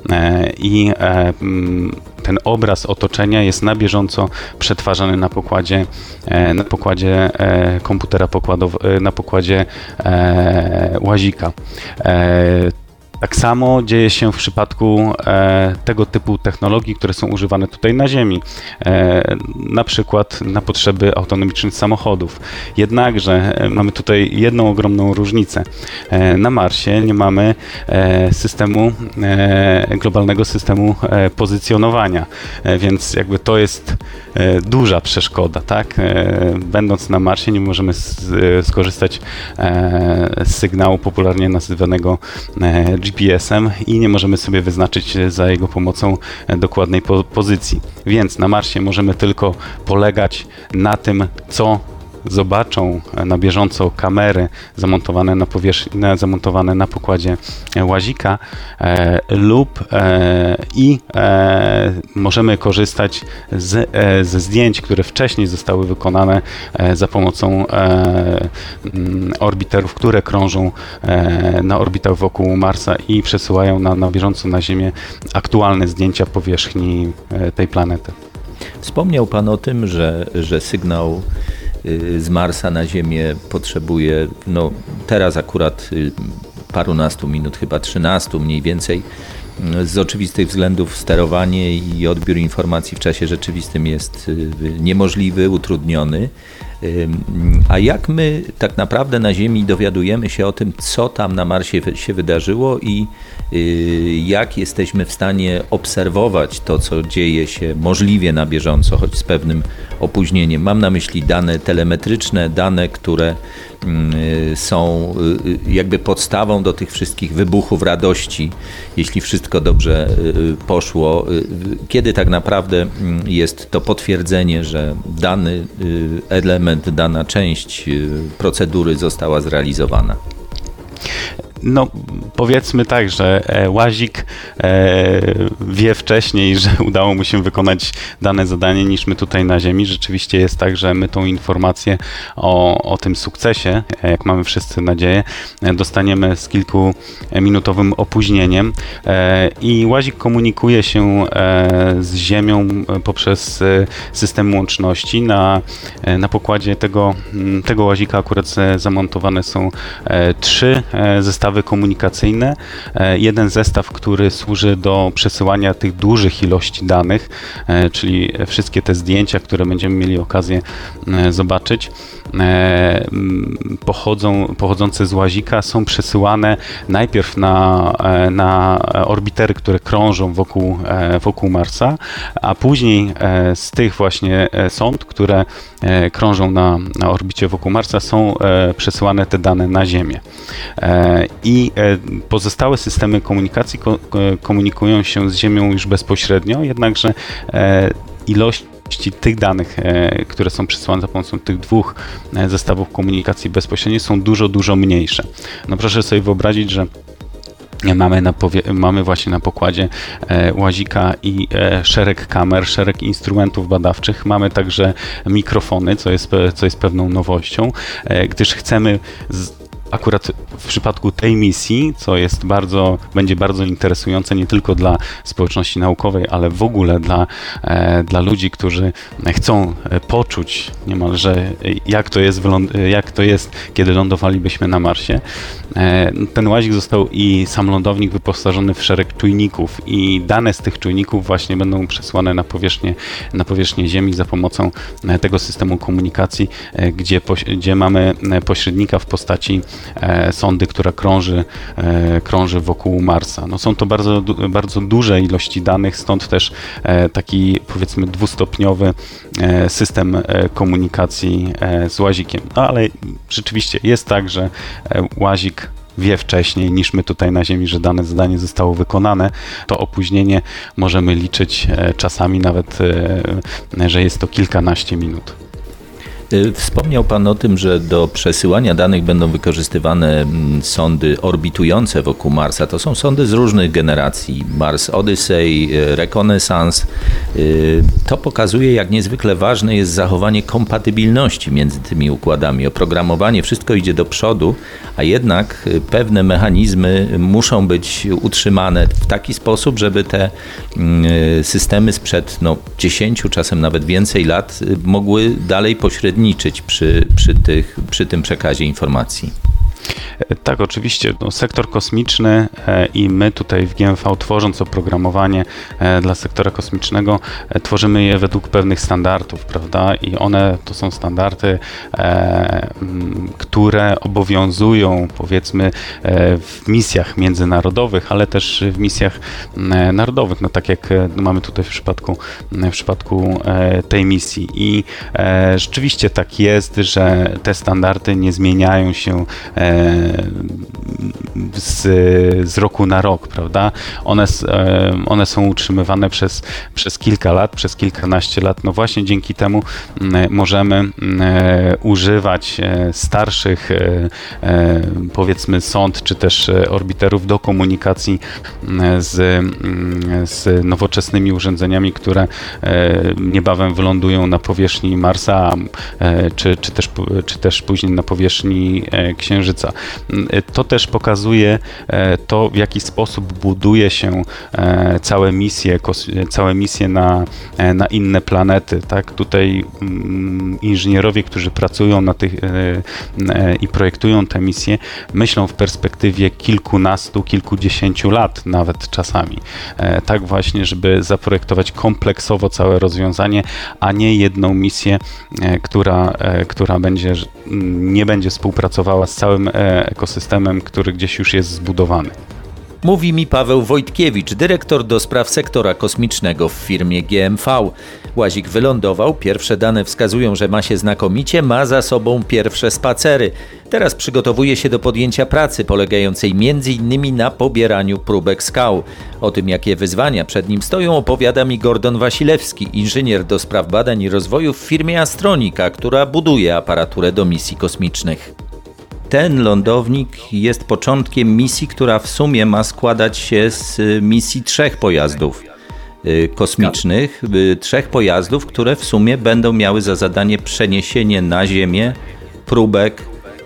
I ten obraz otoczenia jest na bieżąco przetwarzany na pokładzie, na pokładzie komputera pokładowego, na pokładzie łazika. Tak samo dzieje się w przypadku e, tego typu technologii, które są używane tutaj na Ziemi, e, na przykład na potrzeby autonomicznych samochodów. Jednakże e, mamy tutaj jedną ogromną różnicę. E, na Marsie nie mamy e, systemu, e, globalnego systemu e, pozycjonowania, e, więc jakby to jest e, duża przeszkoda, tak? E, będąc na Marsie nie możemy z, e, skorzystać e, z sygnału popularnie nazywanego e, G P S-em i nie możemy sobie wyznaczyć za jego pomocą dokładnej po pozycji. Więc na Marsie możemy tylko polegać na tym, co zobaczą na bieżąco kamery zamontowane na powierzchni, zamontowane na pokładzie łazika e, lub e, i e, możemy korzystać z, e, ze zdjęć, które wcześniej zostały wykonane e, za pomocą e, m, orbiterów, które krążą e, na orbitach wokół Marsa i przesyłają na, na bieżąco na Ziemię aktualne zdjęcia powierzchni e, tej planety. Wspomniał Pan o tym, że, że sygnał z Marsa na Ziemię potrzebuje, no teraz akurat parunastu minut, chyba trzynastu mniej więcej. Z oczywistych względów sterowanie i odbiór informacji w czasie rzeczywistym jest niemożliwy, utrudniony. A jak my tak naprawdę na Ziemi dowiadujemy się o tym, co tam na Marsie się wydarzyło i jak jesteśmy w stanie obserwować to, co dzieje się możliwie na bieżąco, choć z pewnym opóźnieniem. Mam na myśli dane telemetryczne, dane, które są jakby podstawą do tych wszystkich wybuchów radości, jeśli wszystko dobrze poszło. Kiedy tak naprawdę jest to potwierdzenie, że dany element, dana część procedury została zrealizowana? No, powiedzmy tak, że łazik e, wie wcześniej, że udało mu się wykonać dane zadanie niż my tutaj na Ziemi. Rzeczywiście jest tak, że my tą informację o, o tym sukcesie, jak mamy wszyscy nadzieję, dostaniemy z kilkuminutowym opóźnieniem e, i łazik komunikuje się e, z Ziemią poprzez system łączności. Na, na pokładzie tego, tego łazika akurat zamontowane są e, trzy zestawy komunikacyjne. Jeden zestaw, który służy do przesyłania tych dużych ilości danych, czyli wszystkie te zdjęcia, które będziemy mieli okazję zobaczyć, pochodzą, pochodzące z łazika, są przesyłane najpierw na, na orbitery, które krążą wokół, wokół Marsa, a później z tych właśnie sond, które krążą na, na orbicie wokół Marsa, są przesyłane te dane na Ziemię. I pozostałe systemy komunikacji ko komunikują się z Ziemią już bezpośrednio, jednakże ilość tych danych, które są przesyłane za pomocą tych dwóch zestawów komunikacji bezpośredniej, są dużo, dużo mniejsze. No proszę sobie wyobrazić, że Mamy, na mamy właśnie na pokładzie e, łazika i e, szereg kamer, szereg instrumentów badawczych. Mamy także mikrofony, co jest, co jest pewną nowością, e, gdyż chcemy z akurat w przypadku tej misji, co jest bardzo, będzie bardzo interesujące nie tylko dla społeczności naukowej, ale w ogóle dla, e, dla ludzi, którzy chcą poczuć niemalże jak to jest, jak to jest, kiedy lądowalibyśmy na Marsie. E, ten łazik został i sam lądownik wyposażony w szereg czujników i dane z tych czujników właśnie będą przesłane na powierzchnię, na powierzchnię Ziemi za pomocą tego systemu komunikacji, e, gdzie, po, gdzie mamy pośrednika w postaci E, sondy, która krąży, e, krąży wokół Marsa. No są to bardzo, bardzo duże ilości danych, stąd też e, taki powiedzmy dwustopniowy e, system e, komunikacji e, z łazikiem. No ale rzeczywiście jest tak, że e, łazik wie wcześniej niż my tutaj na Ziemi, że dane zadanie zostało wykonane. To opóźnienie możemy liczyć e, czasami nawet, e, że jest to kilkanaście minut. Wspomniał Pan o tym, że do przesyłania danych będą wykorzystywane sondy orbitujące wokół Marsa. To są sondy z różnych generacji. Mars Odyssey, Reconnaissance. To pokazuje, jak niezwykle ważne jest zachowanie kompatybilności między tymi układami. Oprogramowanie, wszystko idzie do przodu, a jednak pewne mechanizmy muszą być utrzymane w taki sposób, żeby te systemy sprzed no, dziesięciu, czasem nawet więcej lat mogły dalej pośredniczyć przy, przy, tych, przy tym przekazie informacji. Tak, oczywiście. No, sektor kosmiczny i my tutaj w G M V, tworząc oprogramowanie dla sektora kosmicznego, tworzymy je według pewnych standardów, prawda? I one to są standardy, które obowiązują, powiedzmy, w misjach międzynarodowych, ale też w misjach narodowych, no tak jak mamy tutaj w przypadku, w przypadku tej misji. I rzeczywiście tak jest, że te standardy nie zmieniają się z, z roku na rok, prawda? One, one są utrzymywane przez, przez kilka lat, przez kilkanaście lat. No właśnie dzięki temu możemy używać starszych, powiedzmy, sond czy też orbiterów do komunikacji z, z nowoczesnymi urządzeniami, które niebawem wylądują na powierzchni Marsa, czy, czy, też, czy też później na powierzchni Księżyca. To też pokazuje to, w jaki sposób buduje się całe misje, całe misje na, na inne planety. Tak? Tutaj inżynierowie, którzy pracują na tych i projektują te misje, myślą w perspektywie kilkunastu, kilkudziesięciu lat nawet czasami. Tak właśnie, żeby zaprojektować kompleksowo całe rozwiązanie, a nie jedną misję, która, która będzie, nie będzie współpracowała z całym ekosystemem, który gdzieś już jest zbudowany. Mówi mi Paweł Wojtkiewicz, dyrektor do spraw sektora kosmicznego w firmie G M V. Łazik wylądował, pierwsze dane wskazują, że ma się znakomicie, ma za sobą pierwsze spacery. Teraz przygotowuje się do podjęcia pracy polegającej między innymi na pobieraniu próbek skał. O tym, jakie wyzwania przed nim stoją, opowiada mi Gordon Wasilewski, inżynier do spraw badań i rozwoju w firmie Astronika, która buduje aparaturę do misji kosmicznych. Ten lądownik jest początkiem misji, która w sumie ma składać się z misji trzech pojazdów kosmicznych, trzech pojazdów, które w sumie będą miały za zadanie przeniesienie na Ziemię próbek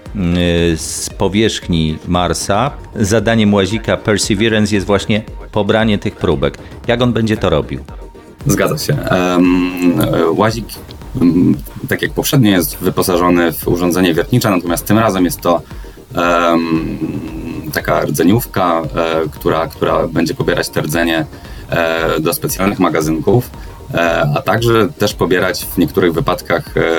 z powierzchni Marsa. Zadaniem łazika Perseverance jest właśnie pobranie tych próbek. Jak on będzie to robił? Zgadza się. Um, łazik, tak jak poprzednio, jest wyposażony w urządzenie wiertnicze, natomiast tym razem jest to um, taka rdzeniówka, e, która, która będzie pobierać te rdzenie e, do specjalnych magazynków, e, a także też pobierać w niektórych wypadkach e,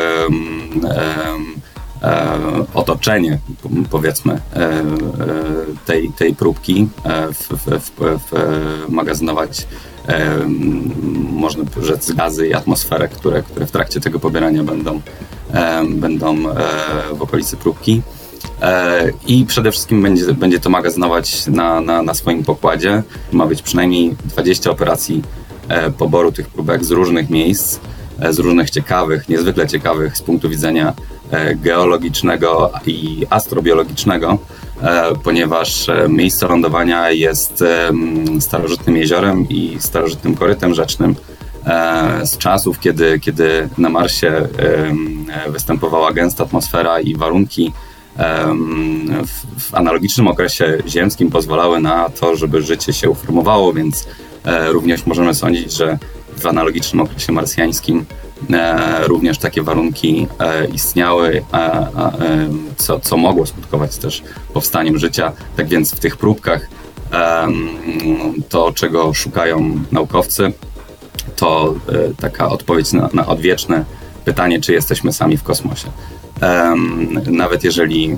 e, e, otoczenie, powiedzmy, e, tej, tej próbki, e, w, w, w, w, magazynować E, można rzec gazy i atmosferę, które, które w trakcie tego pobierania będą, e, będą e, w okolicy próbki. E, I przede wszystkim będzie, będzie to magazynować na, na, na swoim pokładzie. Ma być przynajmniej dwadzieścia operacji e, poboru tych próbek z różnych miejsc, e, z różnych ciekawych, niezwykle ciekawych z punktu widzenia e, geologicznego i astrobiologicznego, ponieważ miejsce lądowania jest starożytnym jeziorem i starożytnym korytem rzecznym z czasów, kiedy, kiedy na Marsie występowała gęsta atmosfera i warunki w, w analogicznym okresie ziemskim pozwalały na to, żeby życie się uformowało, więc również możemy sądzić, że w analogicznym okresie marsjańskim również takie warunki istniały, co, co mogło skutkować też powstaniem życia. Tak więc w tych próbkach to, czego szukają naukowcy, to taka odpowiedź na, na odwieczne pytanie, czy jesteśmy sami w kosmosie. Nawet jeżeli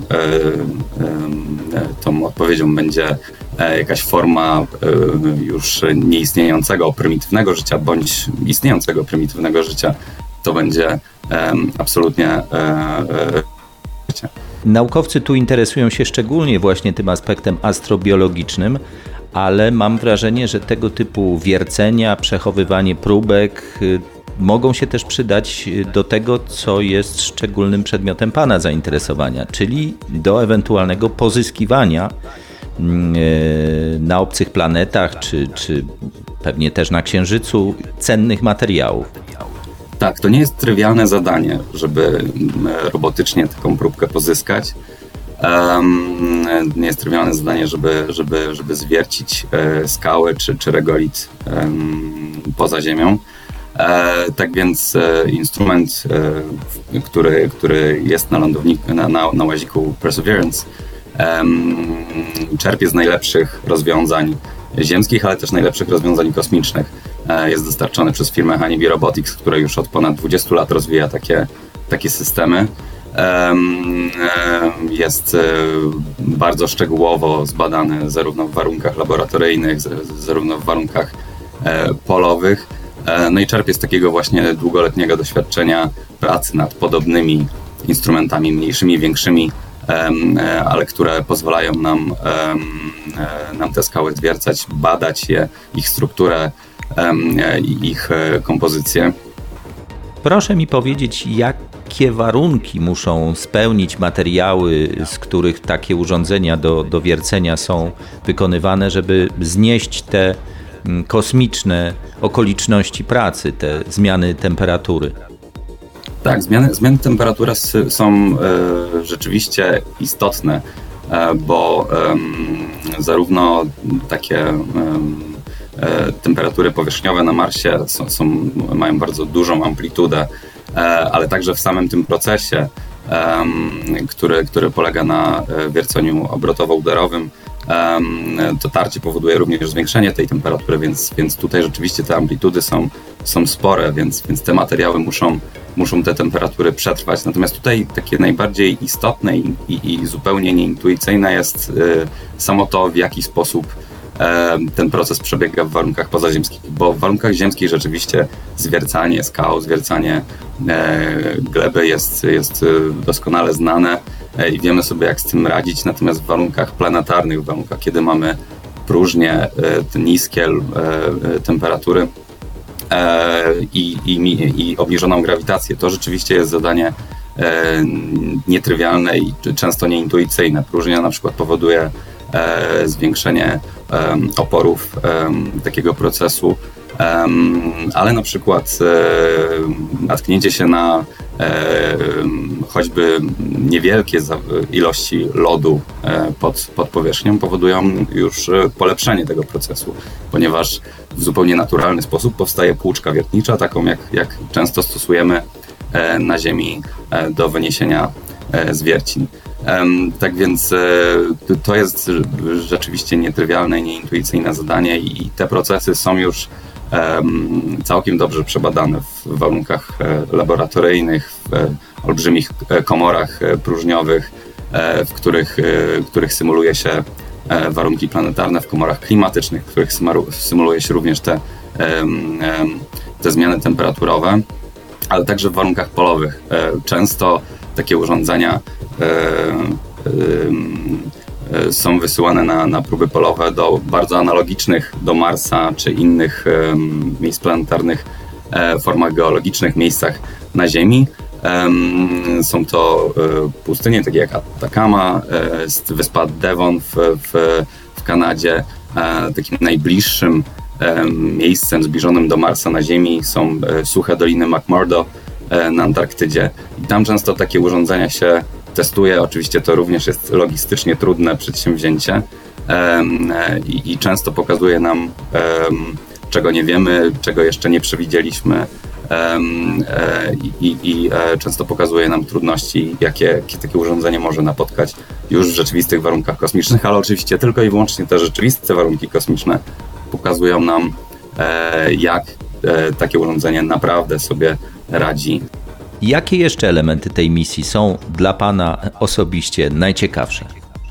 tą odpowiedzią będzie jakaś forma już nieistniejącego prymitywnego życia bądź istniejącego prymitywnego życia, to będzie absolutnie życie. Naukowcy tu interesują się szczególnie właśnie tym aspektem astrobiologicznym, ale mam wrażenie, że tego typu wiercenia, przechowywanie próbek mogą się też przydać do tego, co jest szczególnym przedmiotem Pana zainteresowania, czyli do ewentualnego pozyskiwania na obcych planetach, czy, czy pewnie też na Księżycu cennych materiałów. Tak, to nie jest trywialne zadanie, żeby robotycznie taką próbkę pozyskać. Um, nie jest trywialne zadanie, żeby, żeby, żeby zwiercić e, skały czy, czy regolit um, poza Ziemią. E, tak więc e, instrument, e, który, który jest na lądowniku, na, na, na łaziku Perseverance, czerpie z najlepszych rozwiązań ziemskich, ale też najlepszych rozwiązań kosmicznych. Jest dostarczony przez firmę Honeybee Robotics, która już od ponad dwudziestu lat rozwija takie, takie systemy. Jest bardzo szczegółowo zbadany zarówno w warunkach laboratoryjnych, zarówno w warunkach polowych. No i czerpie z takiego właśnie długoletniego doświadczenia pracy nad podobnymi instrumentami, mniejszymi, większymi, ale które pozwalają nam, nam te skały zwiercać, badać je, ich strukturę i ich kompozycję. Proszę mi powiedzieć, jakie warunki muszą spełnić materiały, z których takie urządzenia do, do wiercenia są wykonywane, żeby znieść te kosmiczne okoliczności pracy, te zmiany temperatury? Tak, zmiany, zmiany temperatury są e, rzeczywiście istotne, e, bo e, zarówno takie e, e, temperatury powierzchniowe na Marsie są, są, mają bardzo dużą amplitudę, e, ale także w samym tym procesie, e, który, który polega na wierceniu obrotowo-udarowym, to tarcie powoduje również zwiększenie tej temperatury, więc, więc tutaj rzeczywiście te amplitudy są, są spore, więc, więc te materiały muszą, muszą te temperatury przetrwać. Natomiast tutaj takie najbardziej istotne i, i, i zupełnie nieintuicyjne jest y, samo to, w jaki sposób y, ten proces przebiega w warunkach pozaziemskich, bo w warunkach ziemskich rzeczywiście zwiercanie skał, zwiercanie y, gleby jest, jest doskonale znane i wiemy sobie, jak z tym radzić, natomiast w warunkach planetarnych, w warunkach, kiedy mamy próżnie, te niskie temperatury i, i, i obniżoną grawitację, to rzeczywiście jest zadanie nietrywialne i często nieintuicyjne. Próżnia na przykład powoduje zwiększenie oporów takiego procesu, ale na przykład natknięcie się na choćby niewielkie ilości lodu pod, pod powierzchnią powodują już polepszenie tego procesu, ponieważ w zupełnie naturalny sposób powstaje płuczka wiertnicza, taką jak, jak często stosujemy na Ziemi do wyniesienia zwiercin. Tak więc to jest rzeczywiście nietrywialne i nieintuicyjne zadanie i te procesy są już całkiem dobrze przebadane w warunkach laboratoryjnych, w olbrzymich komorach próżniowych, w których, w których symuluje się warunki planetarne, w komorach klimatycznych, w których symuluje się również te, te zmiany temperaturowe, ale także w warunkach polowych. Często takie urządzenia są wysyłane na, na próby polowe do bardzo analogicznych do Marsa czy innych um, miejsc planetarnych, e, formach geologicznych, miejscach na Ziemi. Um, są to e, pustynie takie jak Atacama, e, wyspa Devon w, w, w Kanadzie. E, takim najbliższym e, miejscem zbliżonym do Marsa na Ziemi są e, suche doliny McMurdo e, na Antarktydzie. I tam często takie urządzenia się testuje. Oczywiście to również jest logistycznie trudne przedsięwzięcie um, i, i często pokazuje nam, um, czego nie wiemy, czego jeszcze nie przewidzieliśmy um, e, i, i e, często pokazuje nam trudności, jakie, jakie takie urządzenie może napotkać już w rzeczywistych warunkach kosmicznych, ale oczywiście tylko i wyłącznie te rzeczywiste warunki kosmiczne pokazują nam, e, jak e, takie urządzenie naprawdę sobie radzi. Jakie jeszcze elementy tej misji są dla Pana osobiście najciekawsze?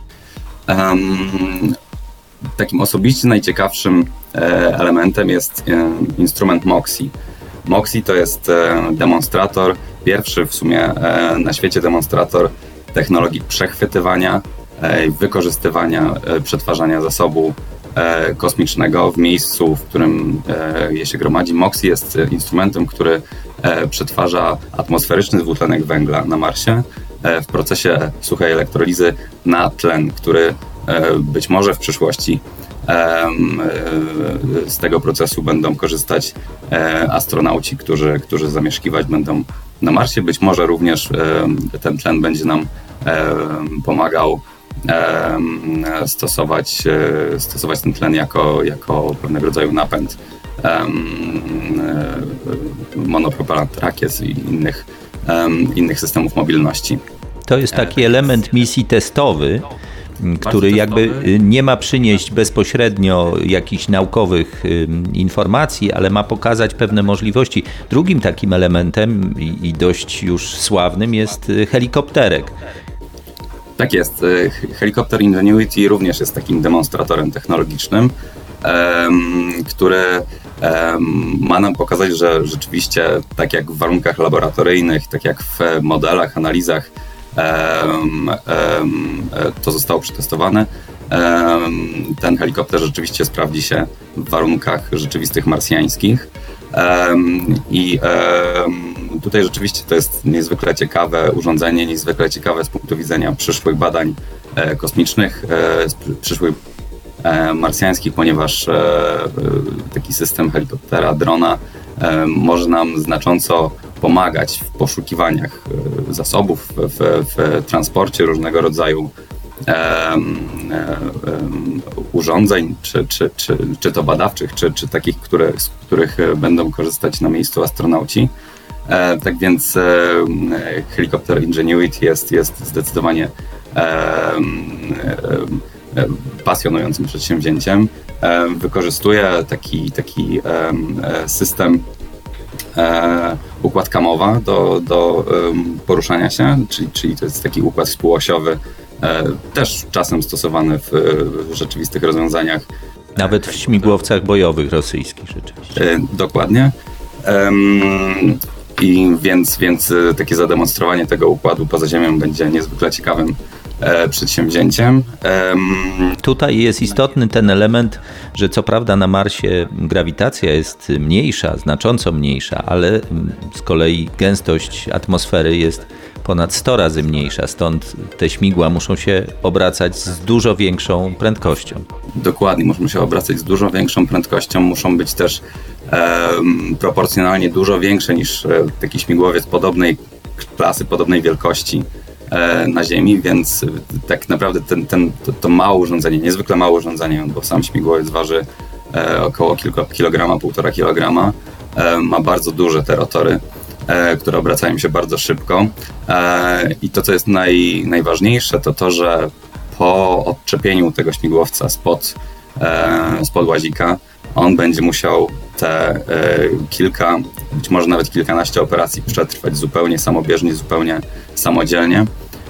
Um, takim osobiście najciekawszym e, elementem jest e, instrument MOXIE. MOXIE to jest e, demonstrator, pierwszy w sumie e, na świecie demonstrator technologii przechwytywania, e, wykorzystywania, e, przetwarzania zasobu e, kosmicznego w miejscu, w którym e, je się gromadzi. MOXIE jest instrumentem, który e, przetwarza atmosferyczny dwutlenek węgla na Marsie e, w procesie suchej elektrolizy na tlen, który e, być może w przyszłości e, e, z tego procesu będą korzystać e, astronauci, którzy, którzy zamieszkiwać będą na Marsie. Być może również e, ten tlen będzie nam e, pomagał stosować, stosować ten tlen jako, jako pewnego rodzaju napęd monopropelant rakiet i innych, innych systemów mobilności. To jest taki element misji testowy, który jakby nie ma przynieść bezpośrednio jakichś naukowych informacji, ale ma pokazać pewne możliwości. Drugim takim elementem i dość już sławnym jest helikopterek. Tak jest. Helikopter Ingenuity również jest takim demonstratorem technologicznym, który ma nam pokazać, że rzeczywiście tak jak w warunkach laboratoryjnych, tak jak w modelach, analizach to zostało przetestowane, ten helikopter rzeczywiście sprawdzi się w warunkach rzeczywistych marsjańskich. I tutaj rzeczywiście to jest niezwykle ciekawe urządzenie, niezwykle ciekawe z punktu widzenia przyszłych badań kosmicznych, przyszłych marsjańskich, ponieważ taki system helikoptera, drona może nam znacząco pomagać w poszukiwaniach zasobów, w, w transporcie różnego rodzaju urządzeń, czy, czy, czy, czy to badawczych, czy, czy takich, które, z których będą korzystać na miejscu astronauci. Tak więc helikopter Ingenuity jest, jest zdecydowanie pasjonującym przedsięwzięciem. Wykorzystuje taki, taki system układ kamowa do, do poruszania się, czyli, czyli to jest taki układ współosiowy, też czasem stosowany w rzeczywistych rozwiązaniach. Nawet w śmigłowcach bojowych rosyjskich rzeczywiście. Dokładnie. I więc, więc takie zademonstrowanie tego układu poza Ziemią będzie niezwykle ciekawym przedsięwzięciem. Tutaj jest istotny ten element, że co prawda na Marsie grawitacja jest mniejsza, znacząco mniejsza, ale z kolei gęstość atmosfery jest ponad sto razy mniejsza, stąd te śmigła muszą się obracać z dużo większą prędkością. Dokładnie, muszą się obracać z dużo większą prędkością, muszą być też e, proporcjonalnie dużo większe niż e, taki śmigłowiec podobnej klasy, podobnej wielkości e, na Ziemi, więc tak naprawdę ten, ten, to, to małe urządzenie, niezwykle małe urządzenie, bo sam śmigłowiec waży e, około kilka, kilograma, półtora kilograma, e, ma bardzo duże te rotory, które obracają się bardzo szybko. I to, co jest naj, najważniejsze, to to, że po odczepieniu tego śmigłowca spod, spod łazika, on będzie musiał te kilka, być może nawet kilkanaście operacji przetrwać zupełnie samobieżnie, zupełnie samodzielnie,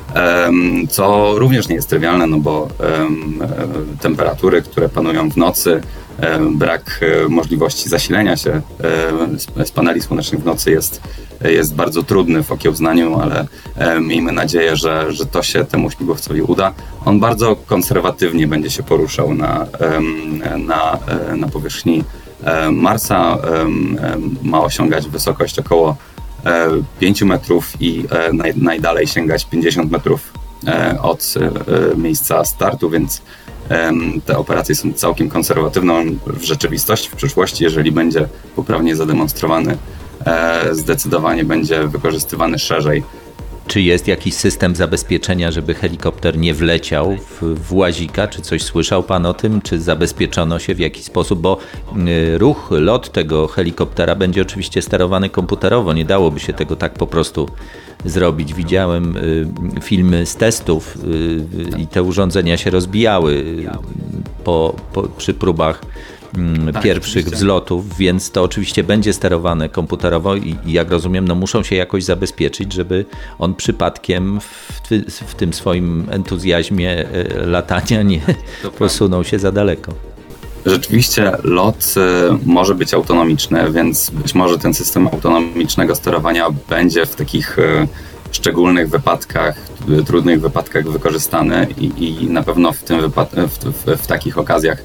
co również nie jest trywialne, no bo temperatury, które panują w nocy, brak możliwości zasilenia się z paneli słonecznych w nocy jest, jest bardzo trudny w okiełznaniu, ale miejmy nadzieję, że, że to się temu śmigłowcowi uda. On bardzo konserwatywnie będzie się poruszał na, na, na powierzchni Marsa. Ma osiągać wysokość około pięć metrów i naj, najdalej sięgać pięćdziesiąt metrów od miejsca startu, więc te operacje są całkiem konserwatywną w rzeczywistości, w przyszłości, jeżeli będzie poprawnie zademonstrowany, zdecydowanie będzie wykorzystywany szerzej. Czy jest jakiś system zabezpieczenia, żeby helikopter nie wleciał w, w łazika? Czy coś słyszał pan o tym? Czy zabezpieczono się w jakiś sposób? Bo y, ruch, lot tego helikoptera będzie oczywiście sterowany komputerowo. Nie dałoby się tego tak po prostu zrobić. Widziałem y, filmy z testów y, i te urządzenia się rozbijały y, po, po, przy próbach Tak, pierwszych oczywiście. wzlotów, więc to oczywiście będzie sterowane komputerowo i, i jak rozumiem, no muszą się jakoś zabezpieczyć, żeby on przypadkiem w, ty, w tym swoim entuzjazmie latania nie posunął się za daleko. Rzeczywiście lot może być autonomiczny, więc być może ten system autonomicznego sterowania będzie w takich szczególnych wypadkach, trudnych wypadkach wykorzystany i, i na pewno w, tym wypad- w, w, w takich okazjach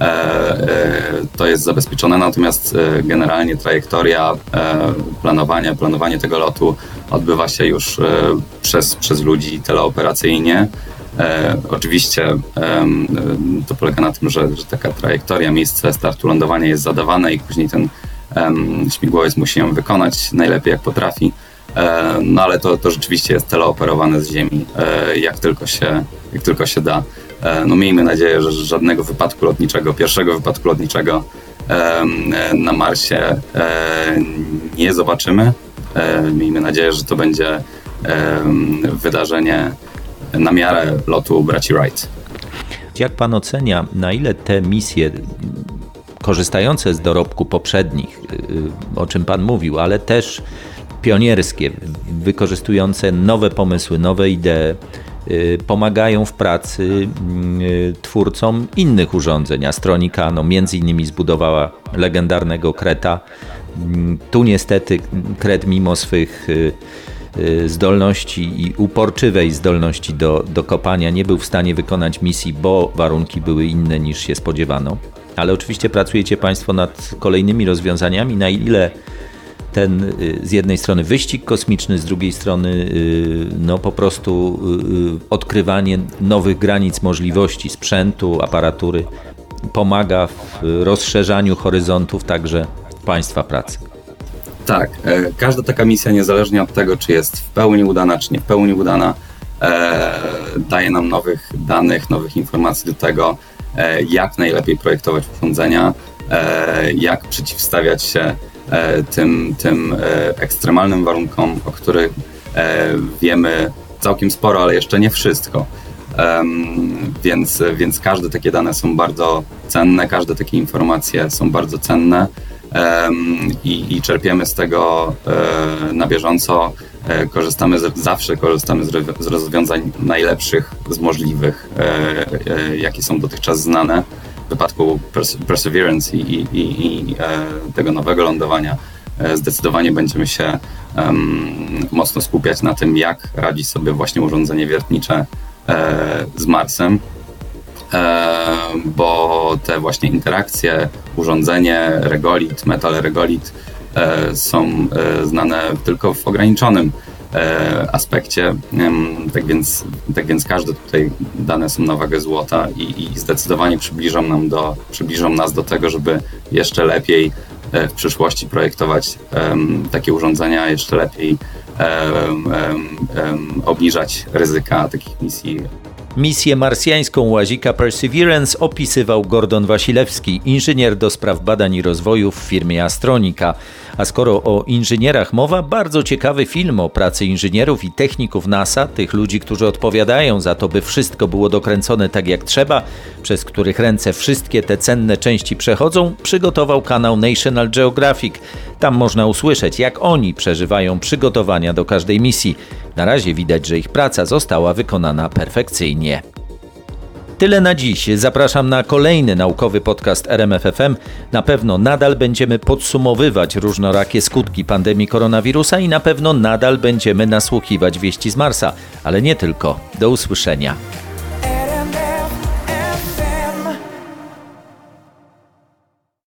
to jest zabezpieczone, natomiast generalnie trajektoria planowania, planowanie tego lotu odbywa się już przez, przez ludzi teleoperacyjnie. Oczywiście to polega na tym, że, że taka trajektoria, miejsce startu, lądowania jest zadawane i później ten śmigłowiec musi ją wykonać najlepiej jak potrafi. No ale to, to rzeczywiście jest teleoperowane z Ziemi, jak tylko się, jak tylko się da. No miejmy nadzieję, że żadnego wypadku lotniczego, pierwszego wypadku lotniczego na Marsie nie zobaczymy. Miejmy nadzieję, że to będzie wydarzenie na miarę lotu braci Wright. Jak pan ocenia, na ile te misje korzystające z dorobku poprzednich, o czym pan mówił, ale też pionierskie, wykorzystujące nowe pomysły, nowe idee, pomagają w pracy twórcom innych urządzeń. Astronika no, między innymi zbudowała legendarnego Kreta. Tu niestety Kret mimo swych zdolności i uporczywej zdolności do, do kopania nie był w stanie wykonać misji, bo warunki były inne niż się spodziewano. Ale oczywiście pracujecie Państwo nad kolejnymi rozwiązaniami, na ile ten z jednej strony wyścig kosmiczny, z drugiej strony no po prostu odkrywanie nowych granic możliwości sprzętu, aparatury pomaga w rozszerzaniu horyzontów także Państwa pracy. Tak, każda taka misja, niezależnie od tego, czy jest w pełni udana, czy nie w pełni udana, daje nam nowych danych, nowych informacji do tego, jak najlepiej projektować urządzenia, jak przeciwstawiać się tym, tym ekstremalnym warunkom, o których wiemy całkiem sporo, ale jeszcze nie wszystko. Więc, więc każde takie dane są bardzo cenne, każde takie informacje są bardzo cenne i, i czerpiemy z tego na bieżąco. Korzystamy z, zawsze korzystamy z, z rozwiązań najlepszych z możliwych, jakie są dotychczas znane. W wypadku Perseverance i, i, i, i tego nowego lądowania zdecydowanie będziemy się um, mocno skupiać na tym, jak radzi sobie właśnie urządzenie wiertnicze e, z Marsem, e, bo te właśnie interakcje, urządzenie, regolit, metal regolit e, są e, znane tylko w ograniczonym e, aspekcie, e, tak, więc, tak więc każde tutaj dane są na wagę złota i, i zdecydowanie przybliżą, nam do, przybliżą nas do tego, żeby jeszcze lepiej w przyszłości projektować um, takie urządzenia, jeszcze lepiej um, um, um, obniżać ryzyka takich misji. Misję marsjańską łazika Perseverance opisywał Gordon Wasilewski, inżynier do spraw badań i rozwoju w firmie Astronika. A skoro o inżynierach mowa, bardzo ciekawy film o pracy inżynierów i techników NASA, tych ludzi, którzy odpowiadają za to, by wszystko było dokręcone tak jak trzeba, przez których ręce wszystkie te cenne części przechodzą, przygotował kanał National Geographic. Tam można usłyszeć, jak oni przeżywają przygotowania do każdej misji. Na razie widać, że ich praca została wykonana perfekcyjnie. Tyle na dziś. Zapraszam na kolejny naukowy podcast R M F F M. Na pewno nadal będziemy podsumowywać różnorakie skutki pandemii koronawirusa i na pewno nadal będziemy nasłuchiwać wieści z Marsa. Ale nie tylko. Do usłyszenia.